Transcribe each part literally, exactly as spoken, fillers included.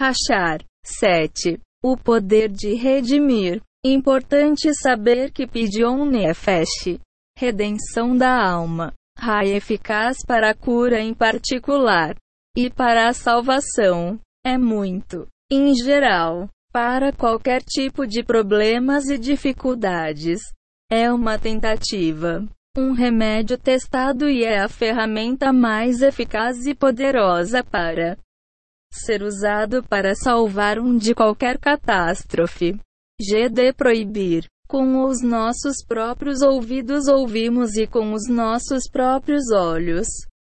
Rachar. sete. O poder de redimir. Importante saber que Pidyon Nefesh, redenção da alma, Ra é eficaz para a cura em particular, e para a salvação, é muito, em geral, para qualquer tipo de problemas e dificuldades. É uma tentativa, um remédio testado e é a ferramenta mais eficaz e poderosa para ser usado para salvar um de qualquer catástrofe. G D Proibir. Com os nossos próprios ouvidos ouvimos e com os nossos próprios olhos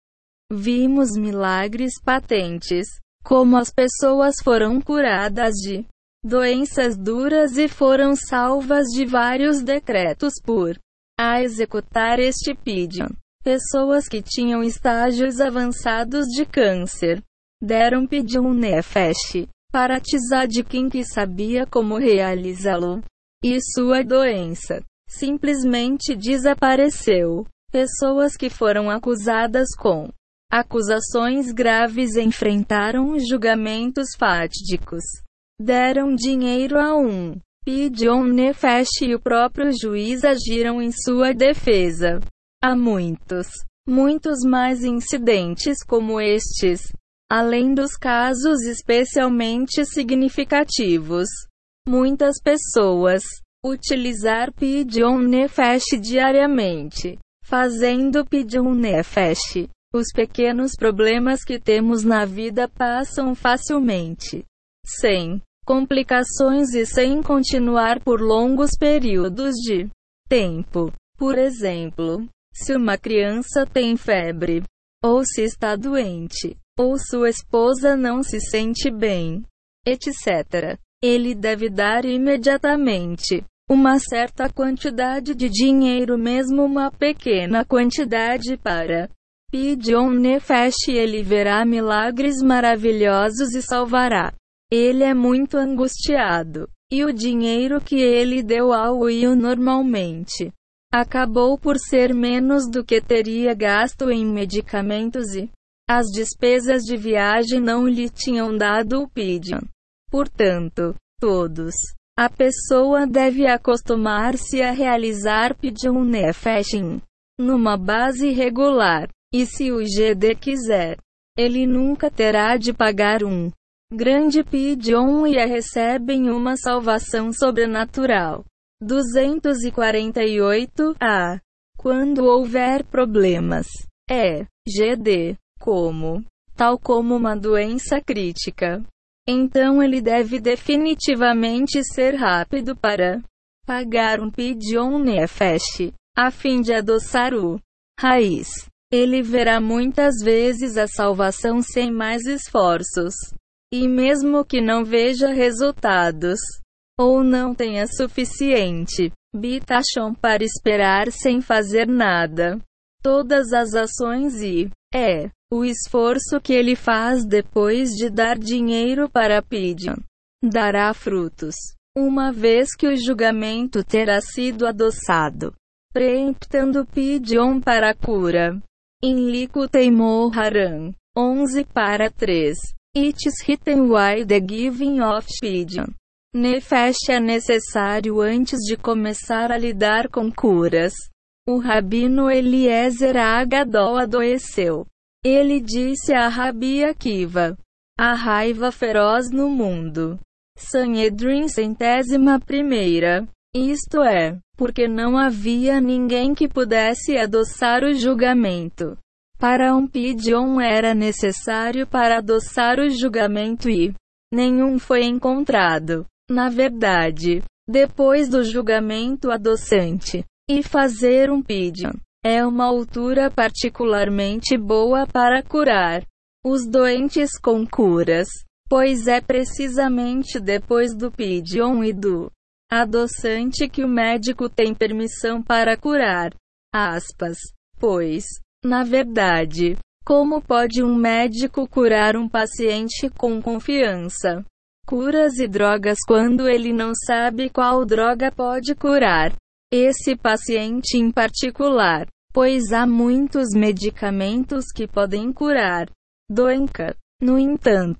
vimos milagres patentes, como as pessoas foram curadas de doenças duras e foram salvas de vários decretos por a executar este Pidyon. Pessoas que tinham estágios avançados de câncer deram Pidyon Nefesh para Tzadikim que sabia como realizá-lo, e sua doença simplesmente desapareceu. Pessoas que foram acusadas com acusações graves enfrentaram julgamentos fatídicos. Deram dinheiro a um Pidyon Nefesh e o próprio juiz agiram em sua defesa. Há muitos, muitos mais incidentes como estes, além dos casos especialmente significativos. Muitas pessoas utilizar Pidyon Nefesh diariamente, fazendo Pidyon Nefesh. Os pequenos problemas que temos na vida passam facilmente, sem complicações e sem continuar por longos períodos de tempo. Por exemplo, se uma criança tem febre, ou se está doente, ou sua esposa não se sente bem, etcétera, ele deve dar imediatamente uma certa quantidade de dinheiro, mesmo uma pequena quantidade, para Pidyon Nefesh, e ele verá milagres maravilhosos e salvará. Ele é muito angustiado, e o dinheiro que ele deu ao Will normalmente acabou por ser menos do que teria gasto em medicamentos e as despesas de viagem não lhe tinham dado o Pidyon. Portanto, todos, a pessoa deve acostumar-se a realizar Pidyon Nefesh numa base regular. E se o G D quiser, ele nunca terá de pagar um grande Pidyon e a recebem uma salvação sobrenatural. duzentos e quarenta e oito A. Quando houver problemas, é G D, como, tal como uma doença crítica, então ele deve definitivamente ser rápido para pagar um Pidyon Nefesh, a fim de adoçar o raiz. Ele verá muitas vezes a salvação sem mais esforços. E mesmo que não veja resultados, ou não tenha suficiente bitachon para esperar sem fazer nada, todas as ações e, é, o esforço que ele faz depois de dar dinheiro para Pidyon, dará frutos, uma vez que o julgamento terá sido adoçado, preemptando Pidyon para a cura. Em Likutei Moharan, onze para três. It's written why the giving of Pidyon Nefesh é necessário antes de começar a lidar com curas. O rabino Eliezer Agadol adoeceu. Ele disse a Rabi Akiva: a raiva feroz no mundo. Sanhedrin centésima primeira. Isto é, porque não havia ninguém que pudesse adoçar o julgamento. Para um Pidyon era necessário para adoçar o julgamento e nenhum foi encontrado. Na verdade, depois do julgamento adoçante, e fazer um Pidyon é uma altura particularmente boa para curar os doentes com curas, pois é precisamente depois do Pidyon e do adoçante que o médico tem permissão para curar. Aspas. Pois, na verdade, como pode um médico curar um paciente com confiança? Curas e drogas quando ele não sabe qual droga pode curar esse paciente em particular, pois há muitos medicamentos que podem curar doença. No entanto,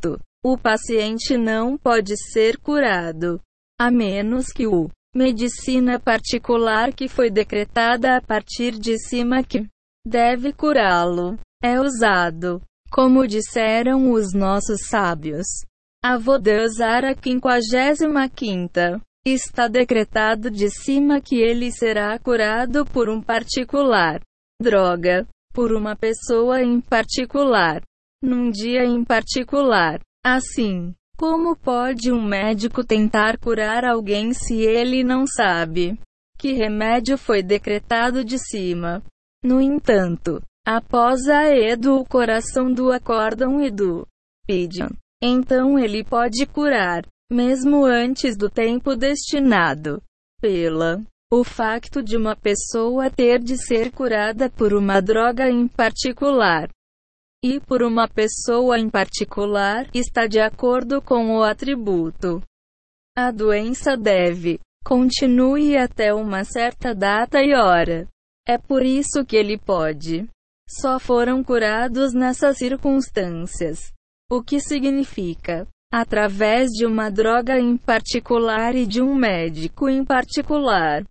o paciente não pode ser curado, a menos que o medicina particular que foi decretada a partir de cima que deve curá-lo é usado. Como disseram os nossos sábios, Avodazara quinquagésima quinta. Está decretado de cima que ele será curado por um particular droga, por uma pessoa em particular, num dia em particular. Assim, como pode um médico tentar curar alguém se ele não sabe que remédio foi decretado de cima? No entanto, após a edulcoração do acórdão e do Pidyam, então ele pode curar, mesmo antes do tempo destinado, pela o facto de uma pessoa ter de ser curada por uma droga em particular, e por uma pessoa em particular, está de acordo com o atributo. A doença deve continue até uma certa data e hora. É por isso que ele pode. Só foram curados nessas circunstâncias. O que significa, através de uma droga em particular e de um médico em particular.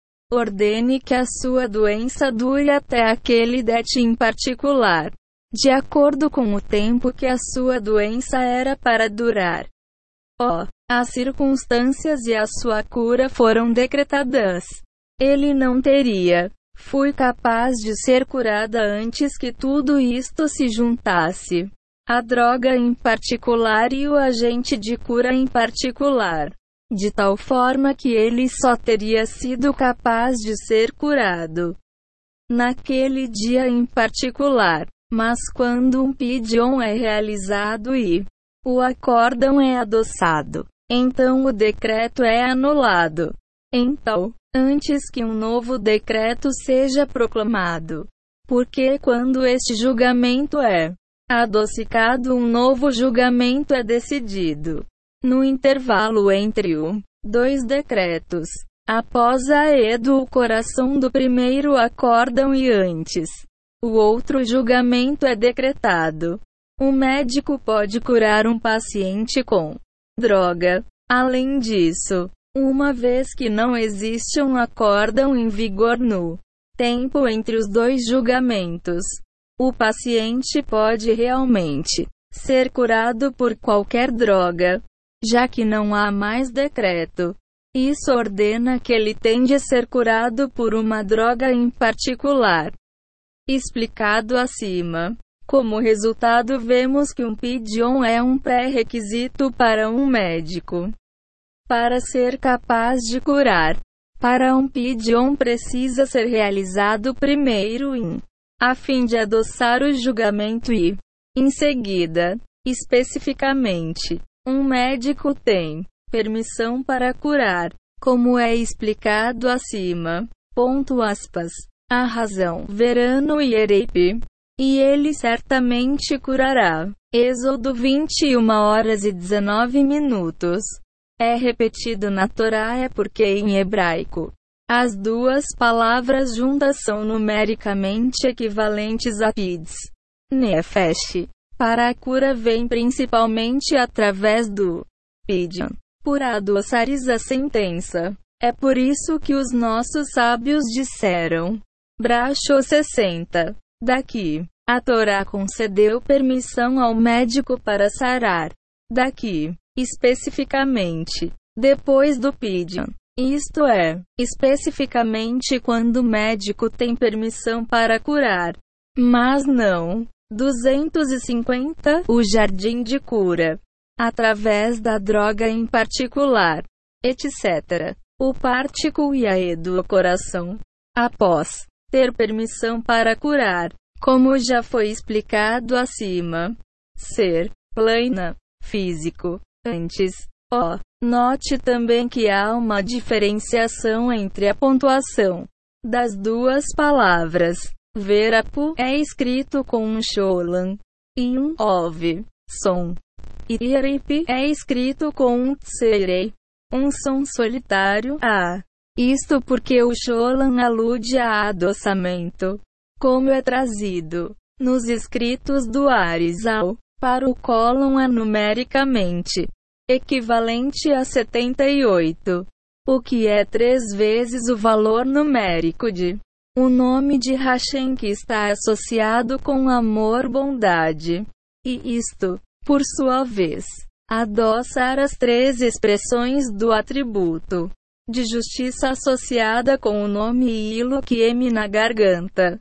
Ordene que a sua doença dure até aquele dete em particular, de acordo com o tempo que a sua doença era para durar. Oh, as circunstâncias e a sua cura foram decretadas. Ele não teria. Fui capaz de ser curada antes que tudo isto se juntasse. A droga em particular e o agente de cura em particular. De tal forma que ele só teria sido capaz de ser curado naquele dia em particular. Mas quando um Pidyam é realizado e o acórdão é adoçado, então o decreto é anulado. Então, antes que um novo decreto seja proclamado, porque quando este julgamento é adocicado, um novo julgamento é decidido. No intervalo entre o dois decretos, após a edulcoração do primeiro acórdão e antes o outro julgamento é decretado. O médico pode curar um paciente com droga. Além disso, uma vez que não existe um acórdão em vigor no tempo entre os dois julgamentos, o paciente pode realmente ser curado por qualquer droga, já que não há mais decreto. Isso ordena que ele tem de ser curado por uma droga em particular. Explicado acima. Como resultado, vemos que um Pidyam é um pré-requisito para um médico. Para ser capaz de curar, para um Pidyam precisa ser realizado primeiro em, a fim de adoçar o julgamento e, em seguida, especificamente, um médico tem permissão para curar, como é explicado acima. Ponto aspas. A razão, Verano e Ereipe. E ele certamente curará. Êxodo vinte e uma horas e dezenove minutos. É repetido na Torá é porque em hebraico as duas palavras juntas são numericamente equivalentes a pids. Nefesh. Para a cura vem principalmente através do Pidyam. Por adoçares a sentença. É por isso que os nossos sábios disseram. Bracho sessenta. Daqui, a Torá concedeu permissão ao médico para sarar. Daqui, especificamente, depois do Pidyam. Isto é, especificamente quando o médico tem permissão para curar. Mas não. duzentos e cinquenta. O jardim de cura. Através da droga em particular. etcétera. O particle e a edulcoração. Após ter permissão para curar, como já foi explicado acima. Ser, plana, físico, antes. Ó, note também que há uma diferenciação entre a pontuação das duas palavras. Verapu é escrito com um cholan e um ov, som. E Ereipe é escrito com um tserei, um som solitário, a. Isto porque o cholan alude a adoçamento, como é trazido nos escritos do Arizal. para o cólon é numericamente equivalente a setenta e oito, o que é três vezes o valor numérico de o nome de Hashem, que está associado com amor, bondade. E isto, por sua vez, adoçar as três expressões do atributo de justiça associada com o nome Elohim na garganta.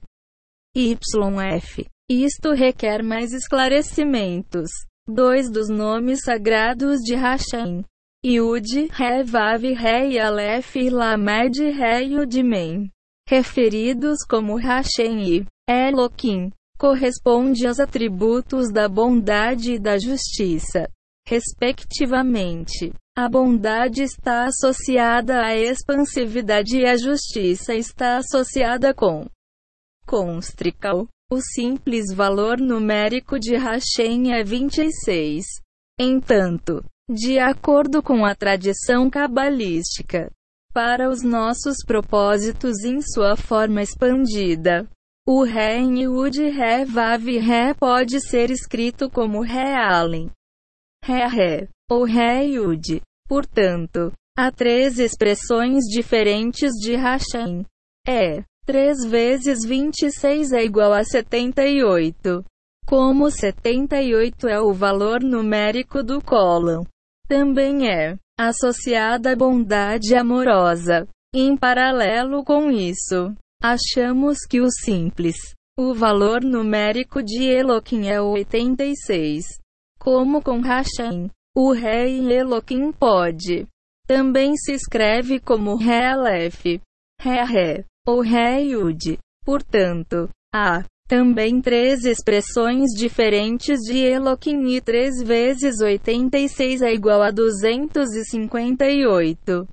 Y F. Isto requer mais esclarecimentos. Dois dos nomes sagrados de Hashem, Yud, Re, Vav, Re e Aleph e Lamed, Re e Yud-Men, referidos como Hashem e Elohim, corresponde aos atributos da bondade e da justiça, respectivamente. A bondade está associada à expansividade e a justiça está associada com constrical. O simples valor numérico de Hashem é vinte e seis. Entanto, de acordo com a tradição cabalística, para os nossos propósitos em sua forma expandida, o Ré em Yud, Ré, Vav, Ré pode ser escrito como Ré Allen, Ré Ré, ou Ré Yud. Portanto, há três expressões diferentes de Hashem. É três vezes vinte e seis é igual a setenta e oito. Como setenta e oito é o valor numérico do cólon, também é associada à bondade amorosa. Em paralelo com isso, achamos que o simples, o valor numérico de Elohim é oitenta e seis. Como com Hashem, o Ré em Elohim pode também se escreve como Ré Aleph, Ré Ré, ou Ré Yud. Portanto, há também três expressões diferentes de Elohim e três vezes oitenta e seis é igual a duzentos e cinquenta e oito.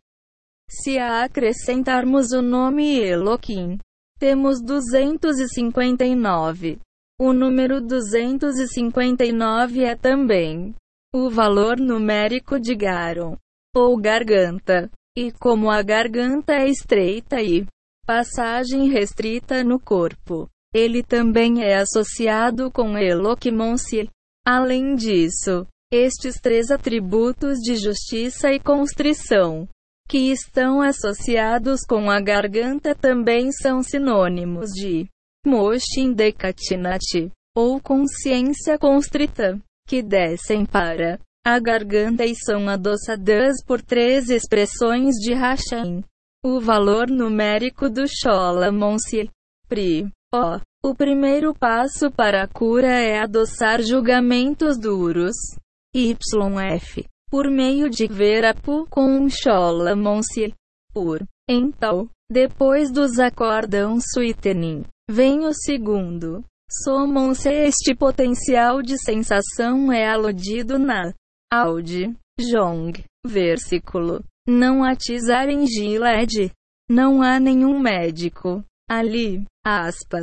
Se acrescentarmos o nome Elohim, temos duzentos e cinquenta e nove. O número duzentos e cinquenta e nove é também o valor numérico de Garon, ou garganta. E como a garganta é estreita e passagem restrita no corpo, ele também é associado com Elohim. Além disso, estes três atributos de justiça e constrição, que estão associados com a garganta, também são sinônimos de Moshin Dekatinati, ou consciência constrita, que descem para a garganta e são adoçadas por três expressões de Hashem. O valor numérico do Sholom Pri. O. O primeiro passo para a cura é adoçar julgamentos duros. Y F. Por meio de Verapu com um Sholom Por. Então, depois dos acordam sweetening, vem o segundo. Somam-se. Este potencial de sensação é aludido na Audi. Jong. Versículo. Não atizar em Gilead. Não há nenhum médico ali. Aspas.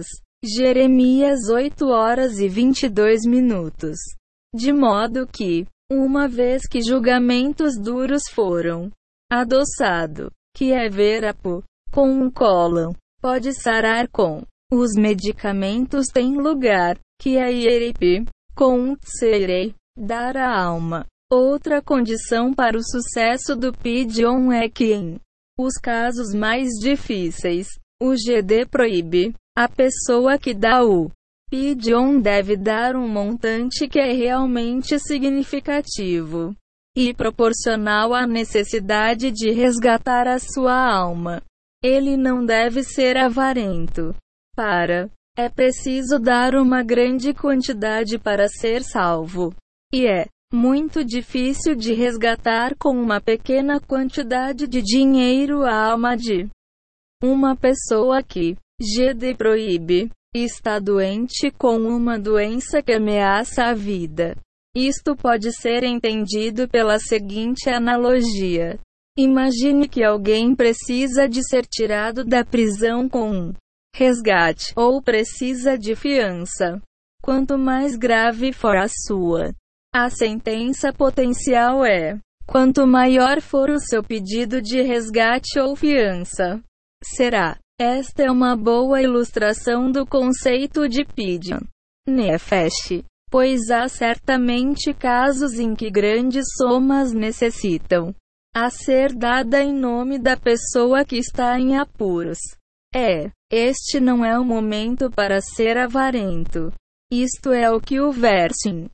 Jeremias oito horas e vinte e dois minutos. De modo que, uma vez que julgamentos duros foram adoçado, que é Verapu, com um cólon, pode sarar com os medicamentos tem lugar, que é Ierip, com um Tserei, dar à alma. Outra condição para o sucesso do Pidyon é que em os casos mais difíceis, o G D proíbe. A pessoa que dá o Pidyon deve dar um montante que é realmente significativo e proporcional à necessidade de resgatar a sua alma. Ele não deve ser avarento. Para. É preciso dar uma grande quantidade para ser salvo. E é muito difícil de resgatar com uma pequena quantidade de dinheiro a alma de uma pessoa que G D proíbe, está doente com uma doença que ameaça a vida. Isto pode ser entendido pela seguinte analogia. Imagine que alguém precisa de ser tirado da prisão com um resgate, ou precisa de fiança. Quanto mais grave for a sua a sentença potencial é, quanto maior for o seu pedido de resgate ou fiança, será. Esta é uma boa ilustração do conceito de Pidyon Nefesh. pois há certamente casos em que grandes somas necessitam a ser dada em nome da pessoa que está em apuros. É, este não é o momento para ser avarento. Isto é o que o verso em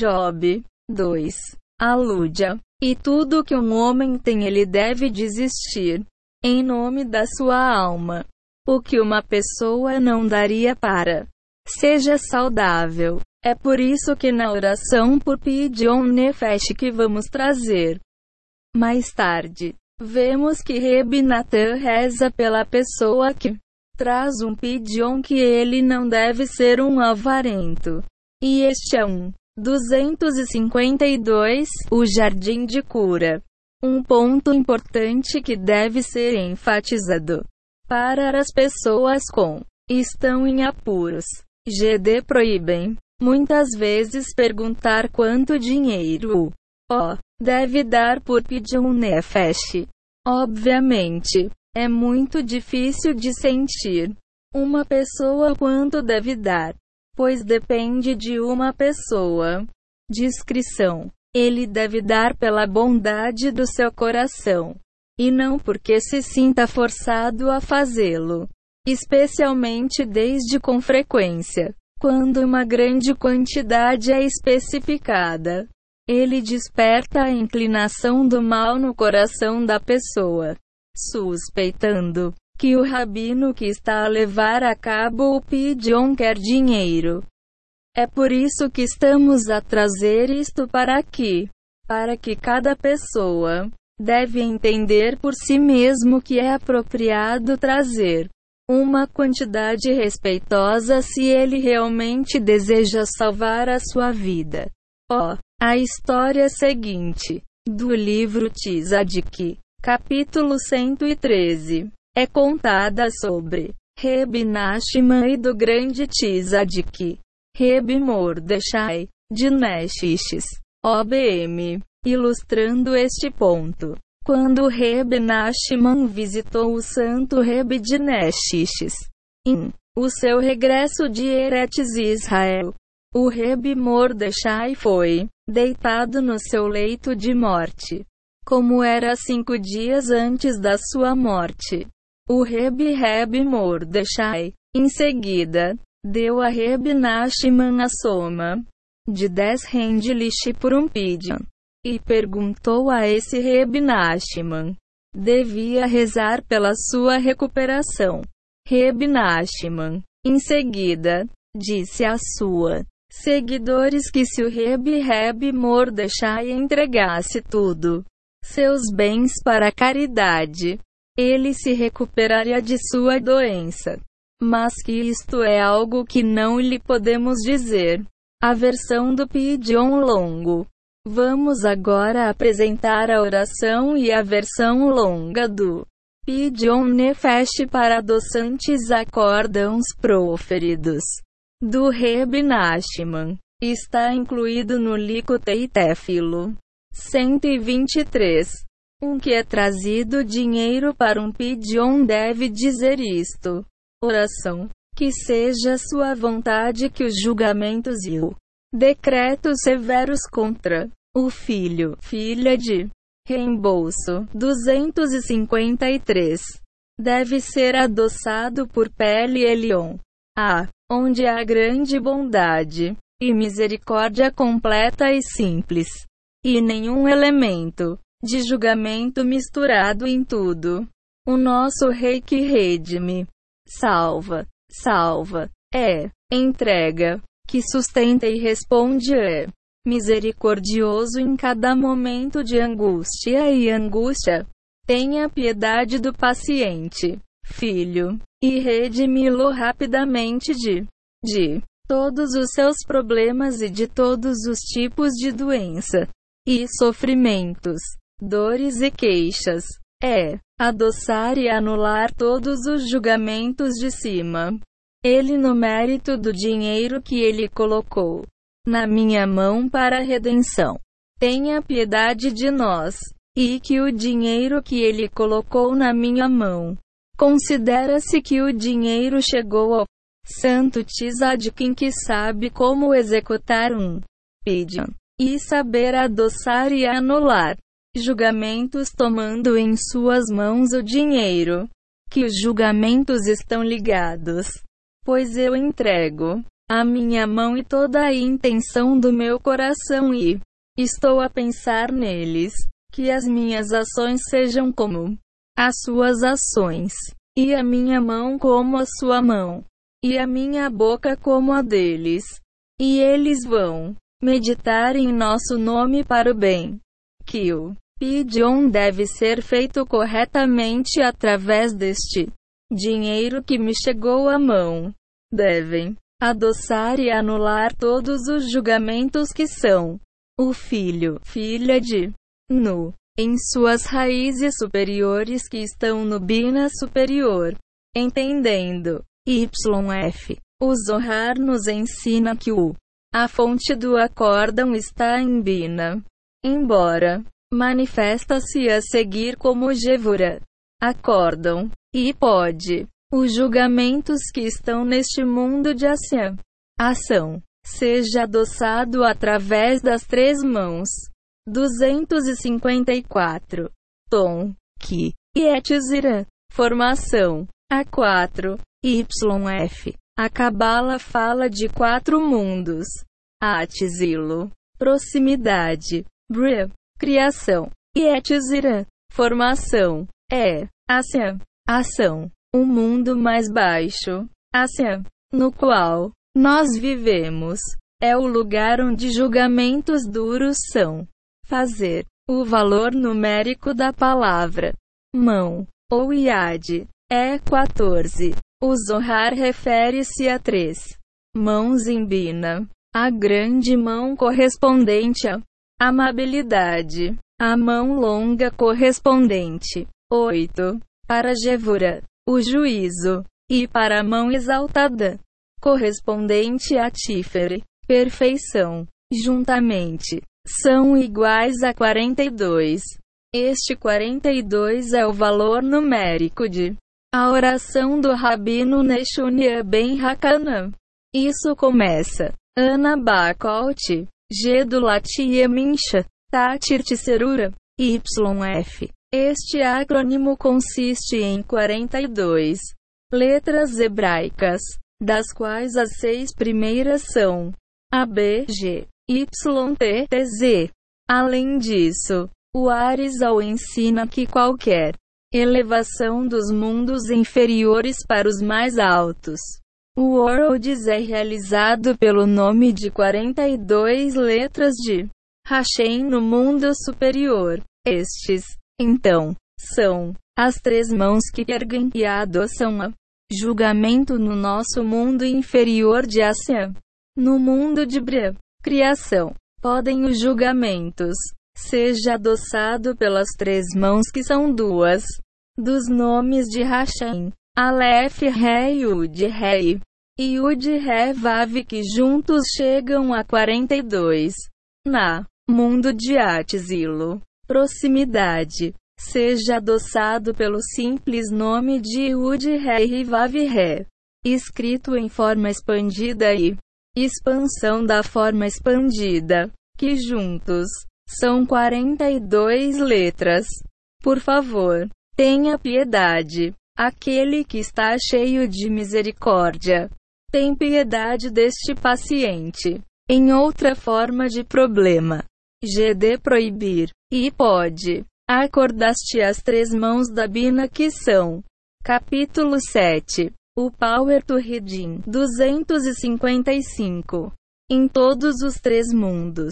Job dois alude a. E tudo que um homem tem ele deve desistir, em nome da sua alma. O que uma pessoa não daria para seja saudável. É por isso que na oração por Pidyon Nefesh que vamos trazer mais tarde, vemos que Reb Natan reza pela pessoa que traz um Pidyon que ele não deve ser um avarento. E este é um duzentos e cinquenta e dois, o jardim de cura. Um ponto importante que deve ser enfatizado para as pessoas com estão em apuros. G D proíbem muitas vezes perguntar quanto dinheiro o deve dar por Pidyon Nefesh. Obviamente, é muito difícil de sentir uma pessoa quanto deve dar, pois depende de uma pessoa. Discrição. Ele deve dar pela bondade do seu coração, e não porque se sinta forçado a fazê-lo, especialmente desde com frequência, quando uma grande quantidade é especificada. Ele desperta a inclinação do mal no coração da pessoa, suspeitando que o rabino que está a levar a cabo o Pidyon quer dinheiro. É por isso que estamos a trazer isto para aqui, para que cada pessoa deve entender por si mesmo que é apropriado trazer uma quantidade respeitosa se ele realmente deseja salvar a sua vida. Ó, oh, a história seguinte do livro Tzadik, capítulo cento e treze, é contada sobre Reb Nachman e do grande Tzadik, Reb Mordechai, de Neshish, O B M, ilustrando este ponto. Quando Reb Nachman visitou o santo Reb de Neshish, em o seu regresso de Eretz Israel, o Reb Mordechai foi deitado no seu leito de morte, como era cinco dias antes da sua morte. O Reb Reb Mordechai, em seguida, deu a Reb Nachman a soma de dez rendilish por um Pidyon, e perguntou a esse Reb Nachman. Devia rezar pela sua recuperação. Reb Nachman, em seguida, disse a sua seguidores que se o Reb Reb Mordechai entregasse tudo, seus bens para a caridade, ele se recuperaria de sua doença. Mas que isto é algo que não lhe podemos dizer. A versão do Pidyon longo. Vamos agora apresentar a oração e a versão longa do Pidyon Nefesh para adoçantes acórdãos proferidos do Reb Nachman. Está incluído no Likutei Tefilo cento e vinte e três. Um que é trazido dinheiro para um Pidyon deve dizer isto. Oração. Que seja sua vontade que os julgamentos e o decretos severos contra o filho, filha de reembolso, duzentos e cinquenta e três, deve ser adoçado por Pele Elion. A. Onde há grande bondade e misericórdia completa e simples, e nenhum elemento de julgamento misturado em tudo. O nosso Rei que redime, salva, salva, é, entrega, que sustenta e responde é, misericordioso em cada momento de angústia e angústia. Tenha piedade do paciente, filho, e redimi-lo rapidamente de, de todos os seus problemas e de todos os tipos de doença e sofrimentos, dores e queixas. É, adoçar e anular todos os julgamentos de cima. Ele no mérito do dinheiro que ele colocou na minha mão para a redenção. Tenha piedade de nós, e que o dinheiro que ele colocou na minha mão. Considera-se que o dinheiro chegou ao Santo Tzadkin que sabe como executar um pidyon, e saber adoçar e anular julgamentos tomando em suas mãos o dinheiro, que os julgamentos estão ligados, pois eu entrego a minha mão e toda a intenção do meu coração e estou a pensar neles, que as minhas ações sejam como as suas ações, e a minha mão como a sua mão, e a minha boca como a deles, e eles vão meditar em nosso nome para o bem, que o pidyon deve ser feito corretamente através deste dinheiro que me chegou à mão. Devem adoçar e anular todos os julgamentos que são o filho, filha de Nu, em suas raízes superiores que estão no Bina superior. Entendendo. Y F. O Zohar nos ensina que o a fonte do acórdão está em Bina. Embora manifesta-se a seguir como Gevura, acórdão, e pode, os julgamentos que estão neste mundo de ação, ação, seja adoçado através das três mãos. duzentos e cinquenta e quatro. Tom, Ki, e Etzira, formação. A quatro. Y F. A Cabala fala de quatro mundos. Atzilo, proximidade. Bria, criação. E Etzira, formação. É, ação, ação. O mundo mais baixo, ação, no qual nós vivemos, é o lugar onde julgamentos duros são. Fazer. O valor numérico da palavra mão, ou iad, é quatorze. O Zohar refere-se a três mãos em Bina. A grande mão correspondente à amabilidade. A mão longa correspondente. oito. Para Gevura, o juízo. E para a mão exaltada, correspondente a Tiferet, perfeição. Juntamente, são iguais a quarenta e dois. Este quarenta e dois é o valor numérico de a oração do Rabino Neshunia Ben Hakanam. Isso começa. Ana Bakot, G do Latia Mincha, Tatir Tserura, Y F. Este acrônimo consiste em quarenta e dois letras hebraicas, das quais as seis primeiras são A, B, G, Y, T, T, Z. Além disso, o Arizal ensina que qualquer elevação dos mundos inferiores para os mais altos, o Worlds é realizado pelo nome de quarenta e duas letras de Hashem no mundo superior. Estes, então, são as três mãos que erguem e adoçam a julgamento no nosso mundo inferior de Asya. No mundo de Bria, criação, podem os julgamentos seja adoçado pelas três mãos que são duas dos nomes de Hashem, Aleph, Ré e Yud, Ré e Yud, Ré, Vav, que juntos chegam a quarenta e dois. Na mundo de Atzilo, proximidade, seja adoçado pelo simples nome de Yud, Ré e Vav, Ré, escrito em forma expandida e expansão da forma expandida, que juntos são quarenta e duas letras. Por favor, tenha piedade. Aquele que está cheio de misericórdia, tem piedade deste paciente. Em outra forma de problema, G D proibir, e pode. Acordaste as três mãos da Bina que são. Capítulo sete. O Power to Redeem. duzentos e cinquenta e cinco. Em todos os três mundos.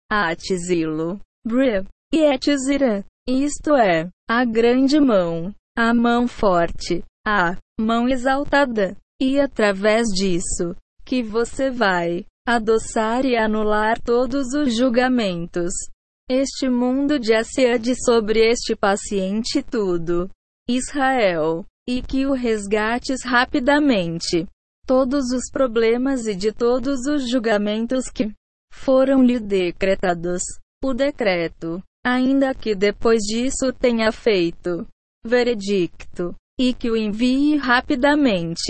Atzilo, Bria, e Etzira. Isto é, a grande mão, a mão forte, a mão exaltada. E através disso, que você vai adoçar e anular todos os julgamentos. Este mundo de Asiad sobre este paciente tudo. Israel. E que o resgates rapidamente. Todos os problemas e de todos os julgamentos que foram-lhe decretados. O decreto, ainda que depois disso tenha feito veredicto, e que o envie rapidamente.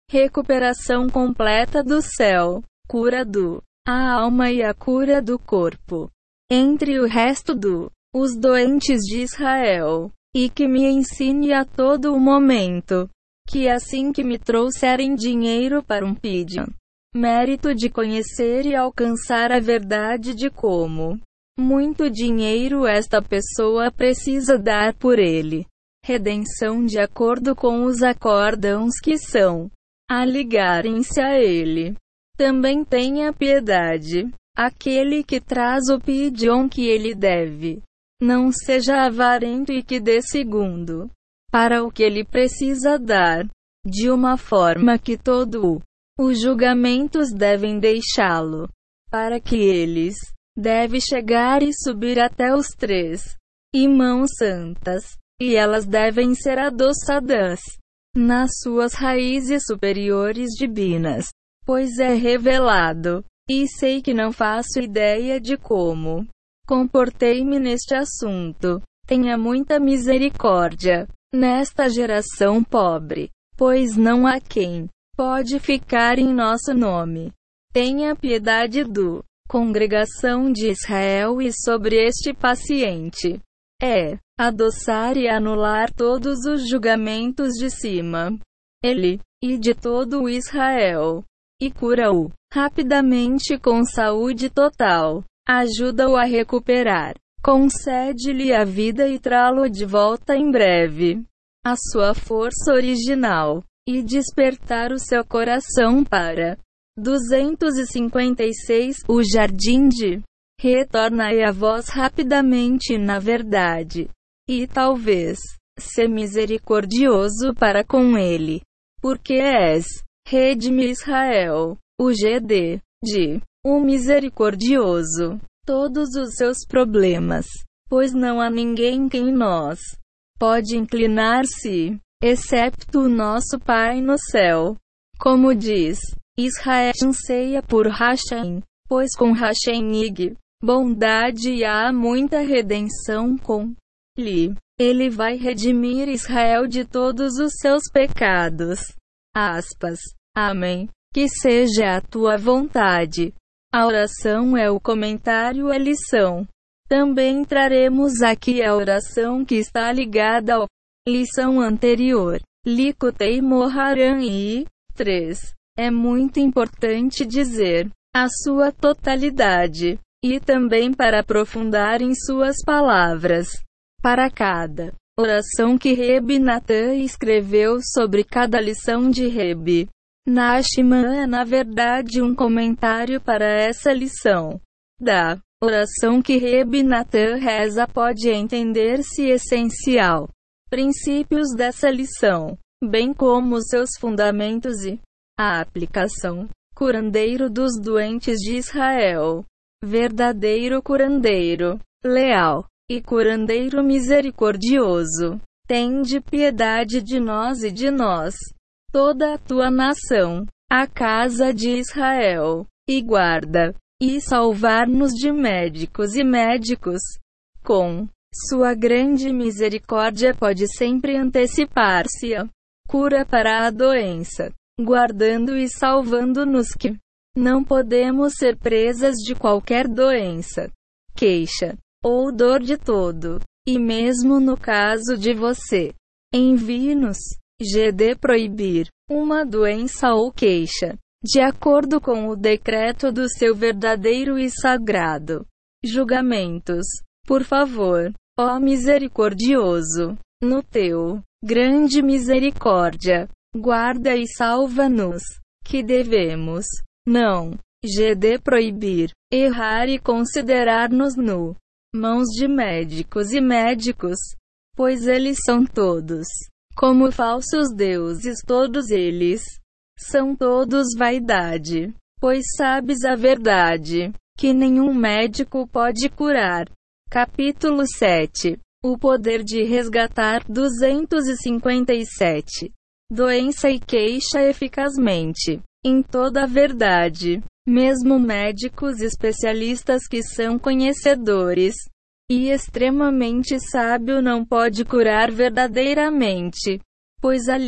recuperação completa do céu, cura do a alma e a cura do corpo. Entre o resto do os doentes de Israel, e que me ensine a todo o momento, que assim que me trouxerem dinheiro para um pidion, mérito de conhecer e alcançar a verdade de como muito dinheiro esta pessoa precisa dar por ele. Redenção de acordo com os acórdãos que são a ligarem-se a ele. Também tenha piedade. Aquele que traz o pidion que ele deve. Não seja avarento e que dê segundo para o que ele precisa dar, de uma forma que todo o os julgamentos devem deixá-lo, para que eles deve chegar e subir até os três e mãos santas, e elas devem ser adoçadas nas suas raízes superiores divinas, pois é revelado, e sei que não faço ideia de como comportei-me neste assunto. Tenha muita misericórdia nesta geração pobre, pois não há quem pode ficar em nosso nome. Tenha piedade do congregação de Israel e sobre este paciente. É adoçar e anular todos os julgamentos de cima. Ele, e de todo o Israel. E cura-o rapidamente com saúde total. Ajuda-o a recuperar. Concede-lhe a vida e trá-lo de volta em breve a sua força original, e despertar o seu coração para duzentos e cinquenta e seis O jardim de retornai a vós rapidamente na verdade, e talvez ser misericordioso para com ele, porque és redime Israel, o G D de o misericordioso, todos os seus problemas, pois não há ninguém quem nós pode inclinar-se, excepto o nosso Pai no céu. Como diz, Israel anseia por Hashem, pois com Hashem ig, bondade e há muita redenção com Li. Ele vai redimir Israel de todos os seus pecados. Aspas. Amém. Que seja a tua vontade. A oração é o comentário à lição. Também traremos aqui a oração que está ligada à lição anterior. Likutei Moharan e três. É muito importante dizer a sua totalidade, e também para aprofundar em suas palavras. Para cada oração que Reb Natan escreveu sobre cada lição de Reb Nachman é na verdade um comentário para essa lição. Da oração que Reb Natan reza pode entender-se essencial princípios dessa lição, bem como seus fundamentos e a aplicação. Curandeiro dos doentes de Israel, verdadeiro curandeiro, leal e curandeiro misericordioso, tende piedade de nós e de nós, toda a tua nação, a casa de Israel, e guarda e salvar-nos de médicos e médicos. Com sua grande misericórdia pode sempre antecipar-se a cura para a doença, guardando e salvando-nos que não podemos ser presas de qualquer doença, queixa ou dor de todo. E mesmo no caso de você, envie-nos G D proibir uma doença ou queixa, de acordo com o decreto do seu verdadeiro e sagrado julgamentos. Por favor, ó misericordioso, no teu grande misericórdia, guarda e salva-nos, que devemos não G D proibir, errar e considerar-nos no mãos de médicos e médicos, pois eles são todos como falsos deuses, todos eles são todos vaidade, pois sabes a verdade, que nenhum médico pode curar. Capítulo sete. O poder de resgatar duzentos e cinquenta e sete. Doença e queixa eficazmente, em toda a verdade. Mesmo médicos especialistas que são conhecedores e extremamente sábio não pode curar verdadeiramente, pois ali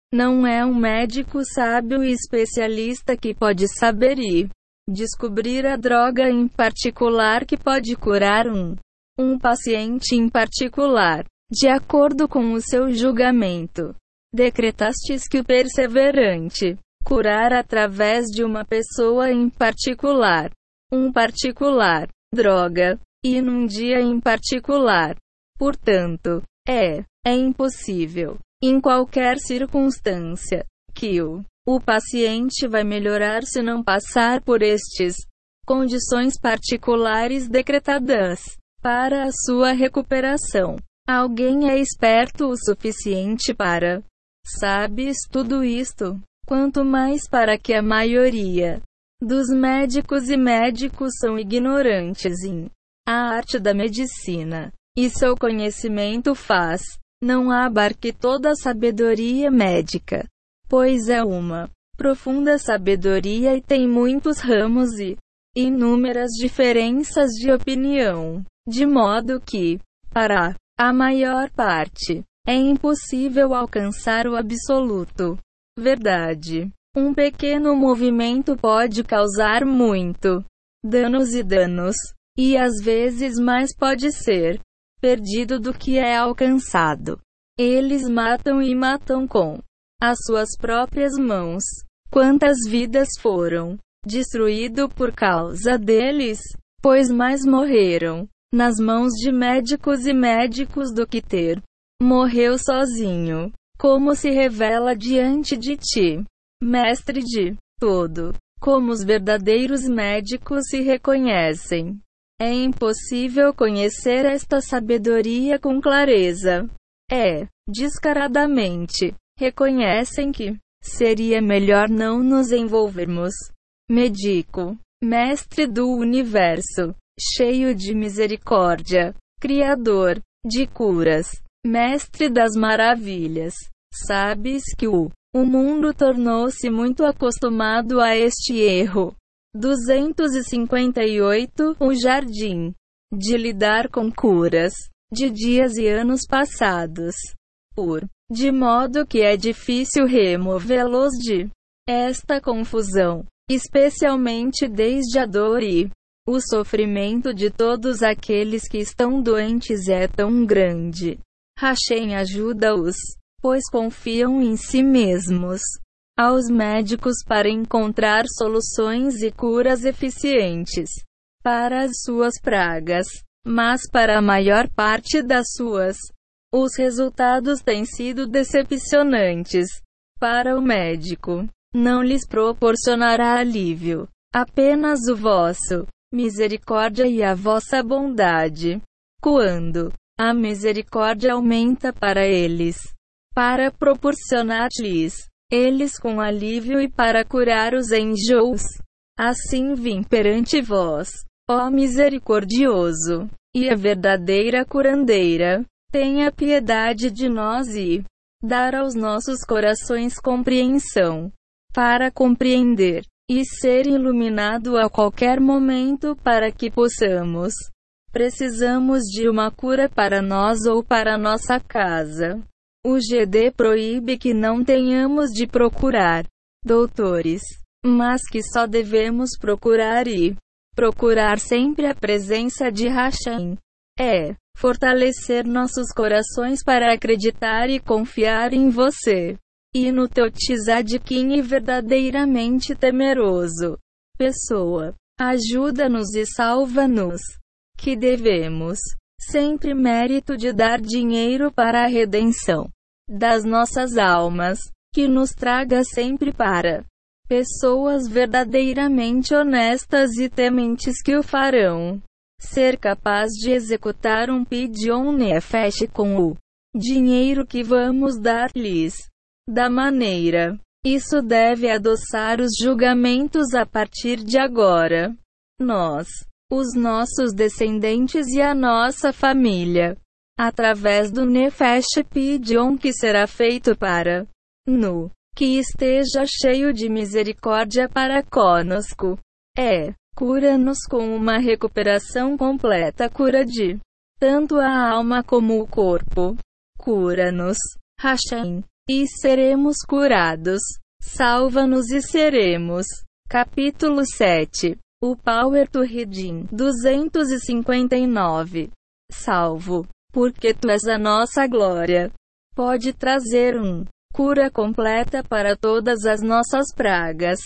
Não é um médico sábio e especialista que pode saber e descobrir a droga em particular que pode curar um, um paciente em particular. De acordo com o seu julgamento, decretastes que o perseverante curar através de uma pessoa em particular, um particular, droga, e num dia em particular. Portanto, é, é impossível, em qualquer circunstância, que o, o paciente vai melhorar se não passar por estes condições particulares decretadas para a sua recuperação. Alguém é esperto o suficiente para, sabes tudo isto, quanto mais para que a maioria dos médicos e médicos são ignorantes em a arte da medicina, e seu conhecimento faz não abarque toda a sabedoria médica, pois é uma profunda sabedoria e tem muitos ramos e inúmeras diferenças de opinião, de modo que, para a maior parte, é impossível alcançar o absoluto verdade. Um pequeno movimento pode causar muito danos e danos, e às vezes mais pode ser perdido do que é alcançado. Eles matam e matam com as suas próprias mãos. Quantas vidas foram destruídas por causa deles? Pois mais morreram nas mãos de médicos e médicos do que ter morreu sozinho. Como se revela diante de ti, mestre de todo, como os verdadeiros médicos se reconhecem. É impossível conhecer esta sabedoria com clareza. É, descaradamente, reconhecem que seria melhor não nos envolvermos. Médico, mestre do universo, cheio de misericórdia, criador de curas, mestre das maravilhas, sabes que o, o mundo tornou-se muito acostumado a este erro. duzentos e cinquenta e oito O jardim de lidar com curas de dias e anos passados, por de modo que é difícil removê-los de esta confusão, especialmente desde a dor e o sofrimento de todos aqueles que estão doentes é tão grande. Hashem ajuda-os, pois confiam em si mesmos, aos médicos para encontrar soluções e curas eficientes para as suas pragas, mas para a maior parte das suas, os resultados têm sido decepcionantes. Para o médico, não lhes proporcionará alívio, apenas o vosso misericórdia e a vossa bondade. Quando a misericórdia aumenta para eles, para proporcionar-lhes eles com alívio e para curar os enjoos. Assim vim perante vós, ó misericordioso, e a verdadeira curandeira, tenha piedade de nós e dar aos nossos corações compreensão, para compreender, e ser iluminado a qualquer momento para que possamos. Precisamos de uma cura para nós ou para nossa casa. O G D proíbe que não tenhamos de procurar doutores, mas que só devemos procurar e procurar sempre a presença de Hashem. É fortalecer nossos corações para acreditar e confiar em você, e no teu tzadkin verdadeiramente temeroso. Pessoa, ajuda-nos e salva-nos, que devemos sempre mérito de dar dinheiro para a redenção das nossas almas, que nos traga sempre para pessoas verdadeiramente honestas e tementes que o farão ser capaz de executar um pidyon nefesh com o dinheiro que vamos dar-lhes. Da maneira, isso deve adoçar os julgamentos a partir de agora. Nós, os nossos descendentes e a nossa família, através do Nefesh Pidyon que será feito para Nu, que esteja cheio de misericórdia para conosco. É, cura-nos com uma recuperação completa, cura de tanto a alma como o corpo. Cura-nos, Hashem, e seremos curados. Salva-nos e seremos. Capítulo sete. O Power to Redeem. duzentos e cinquenta e nove. Salvo, porque tu és a nossa glória. Pode trazer um cura completa para todas as nossas pragas,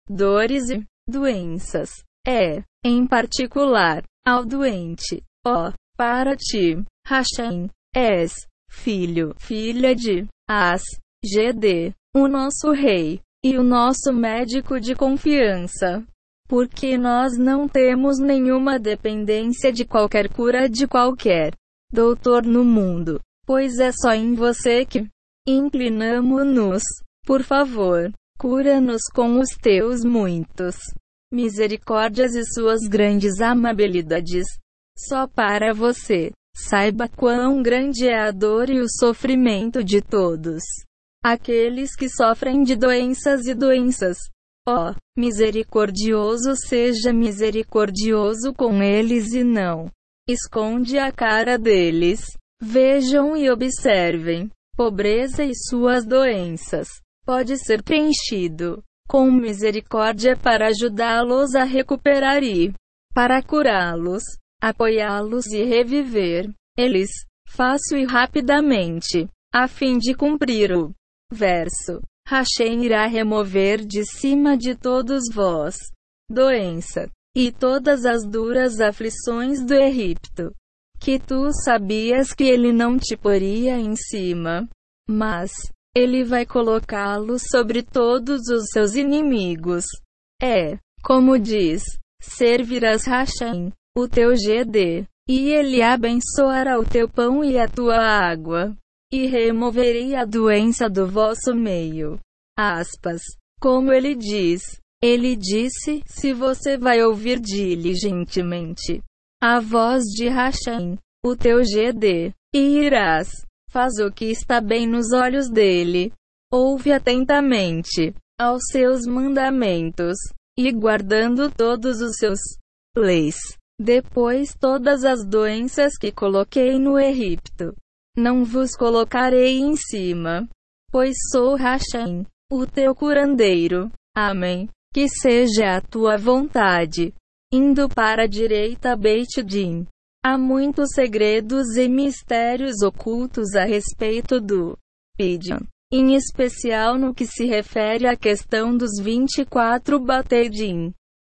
dores e doenças. É, em particular, ao doente. Ó, para ti, Hashem, és filho, filha de As, G D, o nosso rei, e o nosso médico de confiança. Porque nós não temos nenhuma dependência de qualquer cura de qualquer doutor no mundo, pois é só em você que inclinamo-nos. Por favor, cura-nos com os teus muitos misericórdias e suas grandes amabilidades. Só para você, saiba quão grande é a dor e o sofrimento de todos aqueles que sofrem de doenças e doenças. Ó, misericordioso, seja misericordioso com eles e não esconde a cara deles. Vejam e observem. Pobreza e suas doenças pode ser preenchido com misericórdia para ajudá-los a recuperar e para curá-los, apoiá-los e reviver eles, fácil e rapidamente, a fim de cumprir o verso. Hashem irá remover de cima de todos vós doença e todas as duras aflições do Egito, que tu sabias que ele não te poria em cima, mas ele vai colocá-los sobre todos os seus inimigos. É, como diz, servirás Hashem, o teu G D, e ele abençoará o teu pão e a tua água, e removerei a doença do vosso meio. Aspas. Como ele diz, ele disse, se você vai ouvir diligentemente a voz de Hashem, o teu G D, e irás, faz o que está bem nos olhos dele, ouve atentamente aos seus mandamentos, e guardando todos os seus leis. Depois todas as doenças que coloquei no Egito, não vos colocarei em cima, pois sou Hashem, o teu curandeiro. Amém. Que seja a tua vontade. Indo para a direita Beit Din. Há muitos segredos e mistérios ocultos a respeito do Pidyon, em especial no que se refere à questão dos vinte e quatro Batei Din.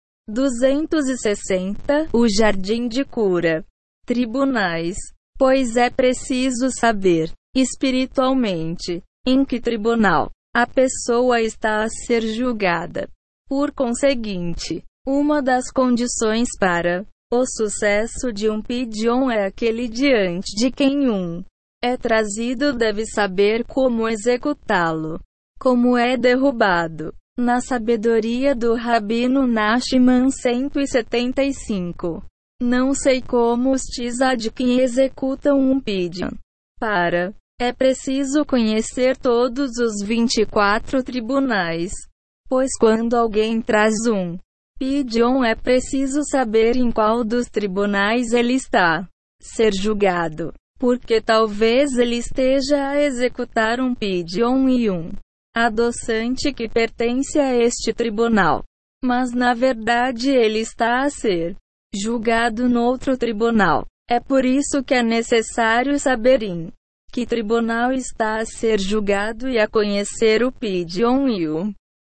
duzentos e sessenta. O Jardim de Cura. Tribunais. Pois é preciso saber, espiritualmente, em que tribunal a pessoa está a ser julgada. Por conseguinte, uma das condições para o sucesso de um Pidyon é aquele diante de quem um é trazido deve saber como executá-lo, como é derrubado. Na sabedoria do Rabino Nachman cento e setenta e cinco. Não sei como os tzadikim executam um Pidyon. Para, é preciso conhecer todos os vinte e quatro tribunais. Pois quando alguém traz um Pidyon é preciso saber em qual dos tribunais ele está ser julgado. Porque talvez ele esteja a executar um Pidyon e um adoçante que pertence a este tribunal. Mas na verdade ele está a ser julgado noutro tribunal. É por isso que é necessário saber em que tribunal está a ser julgado e a conhecer o Pidyon e o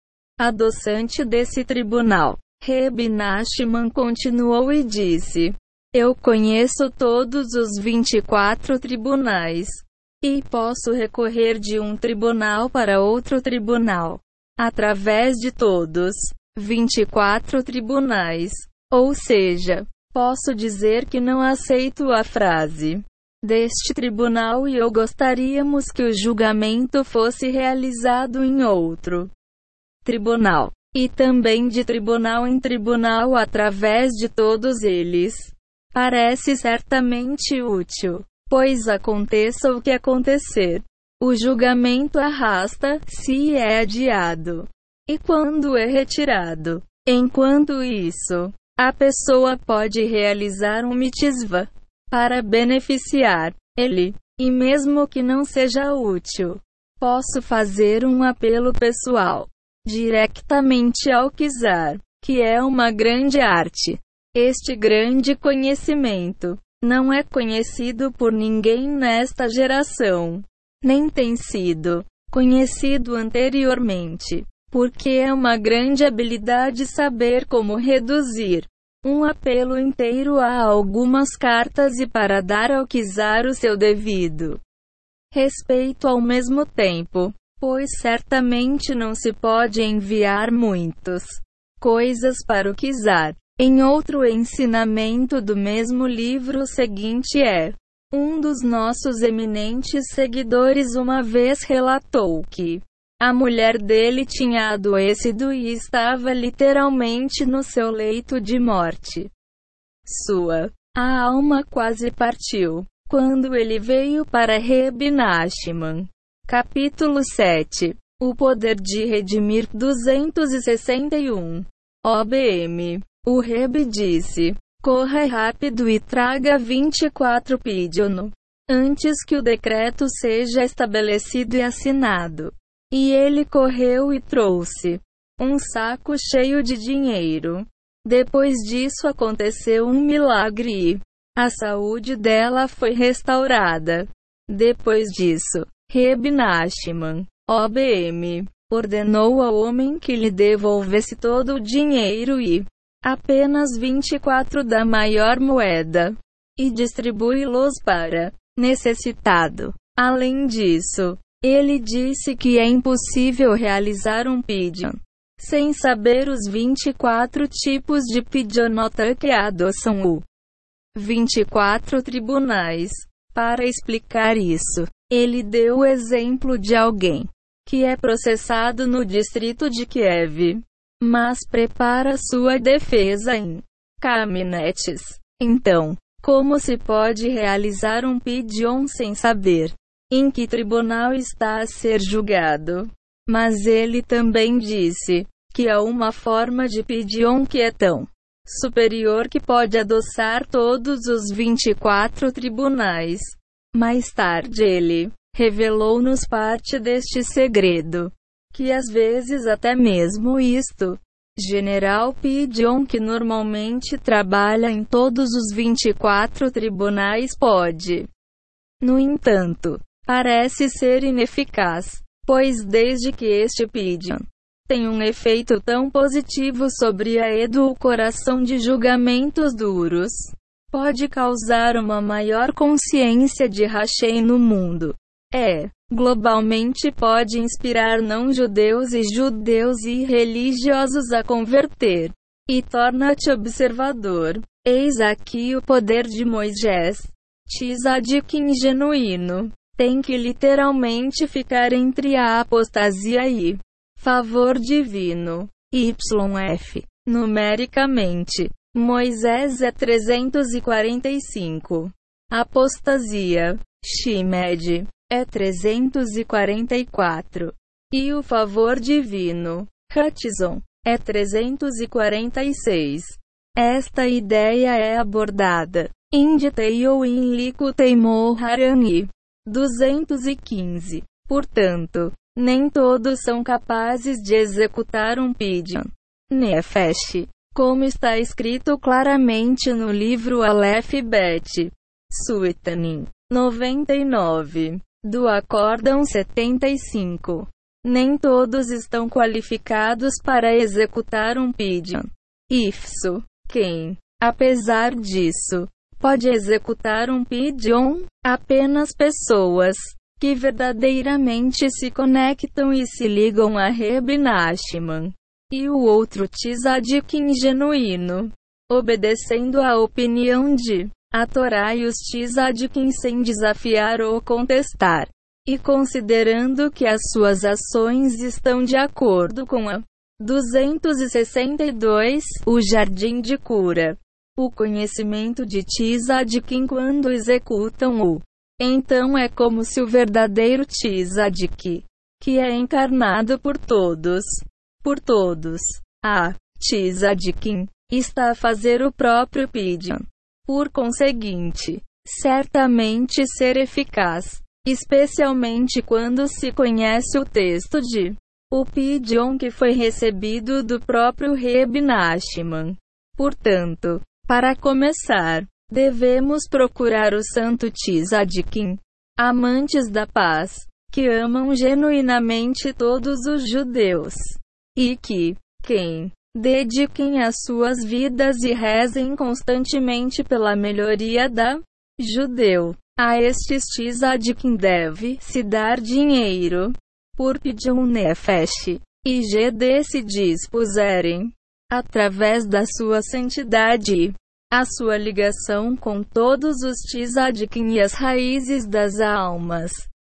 adoçante desse tribunal. Reb Nachman continuou e disse: eu conheço todos os vinte e quatro tribunais, e posso recorrer de um tribunal para outro tribunal, através de todos vinte e quatro tribunais. Ou seja, posso dizer que não aceito a frase deste tribunal e eu gostaríamos que o julgamento fosse realizado em outro tribunal, e também de tribunal em tribunal através de todos eles. Parece certamente útil, pois aconteça o que acontecer, o julgamento arrasta-se e é adiado, e quando é retirado. Enquanto isso, a pessoa pode realizar um mitzvah para beneficiar ele, e mesmo que não seja útil, posso fazer um apelo pessoal, diretamente ao Kizar, que é uma grande arte. Este grande conhecimento não é conhecido por ninguém nesta geração, nem tem sido conhecido anteriormente, porque é uma grande habilidade saber como reduzir um apelo inteiro a algumas cartas e para dar ao Kizar o seu devido respeito ao mesmo tempo, pois certamente não se pode enviar muitas coisas para o Kizar. Em outro ensinamento do mesmo livro seguinte é, um dos nossos eminentes seguidores uma vez relatou que a mulher dele tinha adoecido e estava literalmente no seu leito de morte. Sua a alma quase partiu quando ele veio para Reb Nachman. Capítulo sete. O poder de redimir. duzentos e sessenta e um. O B M. O Reb disse: corra rápido e traga vinte e quatro pidyon, antes que o decreto seja estabelecido e assinado. E ele correu e trouxe um saco cheio de dinheiro. Depois disso aconteceu um milagre e a saúde dela foi restaurada. Depois disso, Reb Nachman, O B M, ordenou ao homem que lhe devolvesse todo o dinheiro e apenas vinte e quatro da maior moeda, e distribui-los para necessitado. Além disso, ele disse que é impossível realizar um pidyon sem saber os vinte e quatro tipos de pidyonota que adoçam o vinte e quatro tribunais. Para explicar isso, ele deu o exemplo de alguém que é processado no distrito de Kiev, mas prepara sua defesa em caminhonetes. Então, como se pode realizar um pidyon sem saber em que tribunal está a ser julgado? Mas ele também disse que há uma forma de pidyon que é tão superior que pode adoçar todos os vinte e quatro tribunais. Mais tarde ele revelou-nos parte deste segredo, que às vezes até mesmo isto, General Pidyon, que normalmente trabalha em todos os vinte e quatro tribunais, pode. No entanto, parece ser ineficaz, pois desde que este pidyon tem um efeito tão positivo sobre a edulcoração de julgamentos duros, pode causar uma maior consciência de Hashem no mundo. É, globalmente pode inspirar não-judeus e judeus e religiosos a converter. E torna-te observador. Eis aqui o poder de Moisés. Tzadikim genuíno tem que literalmente ficar entre a apostasia e favor divino. Y F. Numericamente, Moisés é trezentos e quarenta e cinco. Apostasia, Shimed, é trezentos e quarenta e quatro. E o favor divino, Hatzon, é trezentos e quarenta e seis. Esta ideia é abordada em Detail em Likutei Moharani duzentos e quinze. Portanto, nem todos são capazes de executar um pidyon nefesh, como está escrito claramente no livro Aleph Bet Suetanim noventa e nove, do Acórdão setenta e cinco. Nem todos estão qualificados para executar um pidyon. Ifsu, quem, apesar disso, pode executar um pidyon? Apenas pessoas que verdadeiramente se conectam e se ligam a Reb Nachman. E o outro Tzadikim genuíno, obedecendo à opinião de a Torá e os Tzadikim sem desafiar ou contestar, e considerando que as suas ações estão de acordo com a duzentos e sessenta e dois, o jardim de cura. O conhecimento de Tzadikim quando executam o então é como se o verdadeiro Tzadik, que é encarnado por todos, por todos, a Tzadikim, está a fazer o próprio pidyon. Por conseguinte, certamente ser eficaz. especialmente quando se conhece o texto de o Pidyon que foi recebido do próprio Reb Nachman. Portanto, para começar, devemos procurar o Santo Tzadikim, amantes da paz, que amam genuinamente todos os judeus, e que, quem, dediquem as suas vidas e rezem constantemente pela melhoria da judeu. A estes tzadikim deve-se dar dinheiro, por Pidyon Nefesh, e G D se dispuserem, através da sua santidade, a sua ligação com todos os tzadikim e as raízes das almas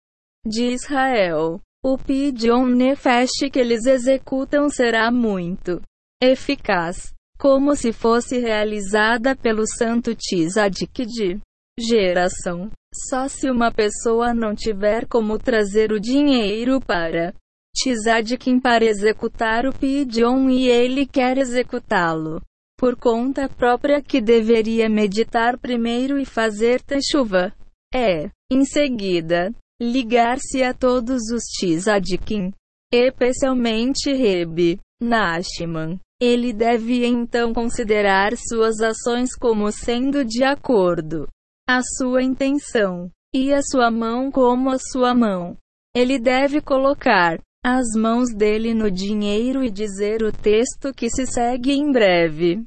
de Israel. O Pidyon Nefesh que eles executam será muito eficaz, como se fosse realizada pelo santo tzadik de geração. Só se uma pessoa não tiver como trazer o dinheiro para tzadikim para executar o Pidyon e ele quer executá-lo por conta própria, que deveria meditar primeiro e fazer teshuva. É, em seguida, ligar-se a todos os tzadikim, especialmente Reb Nachman. Ele deve então considerar suas ações como sendo de acordo a sua intenção, e a sua mão como a sua mão. Ele deve colocar as mãos dele no dinheiro e dizer o texto que se segue em breve.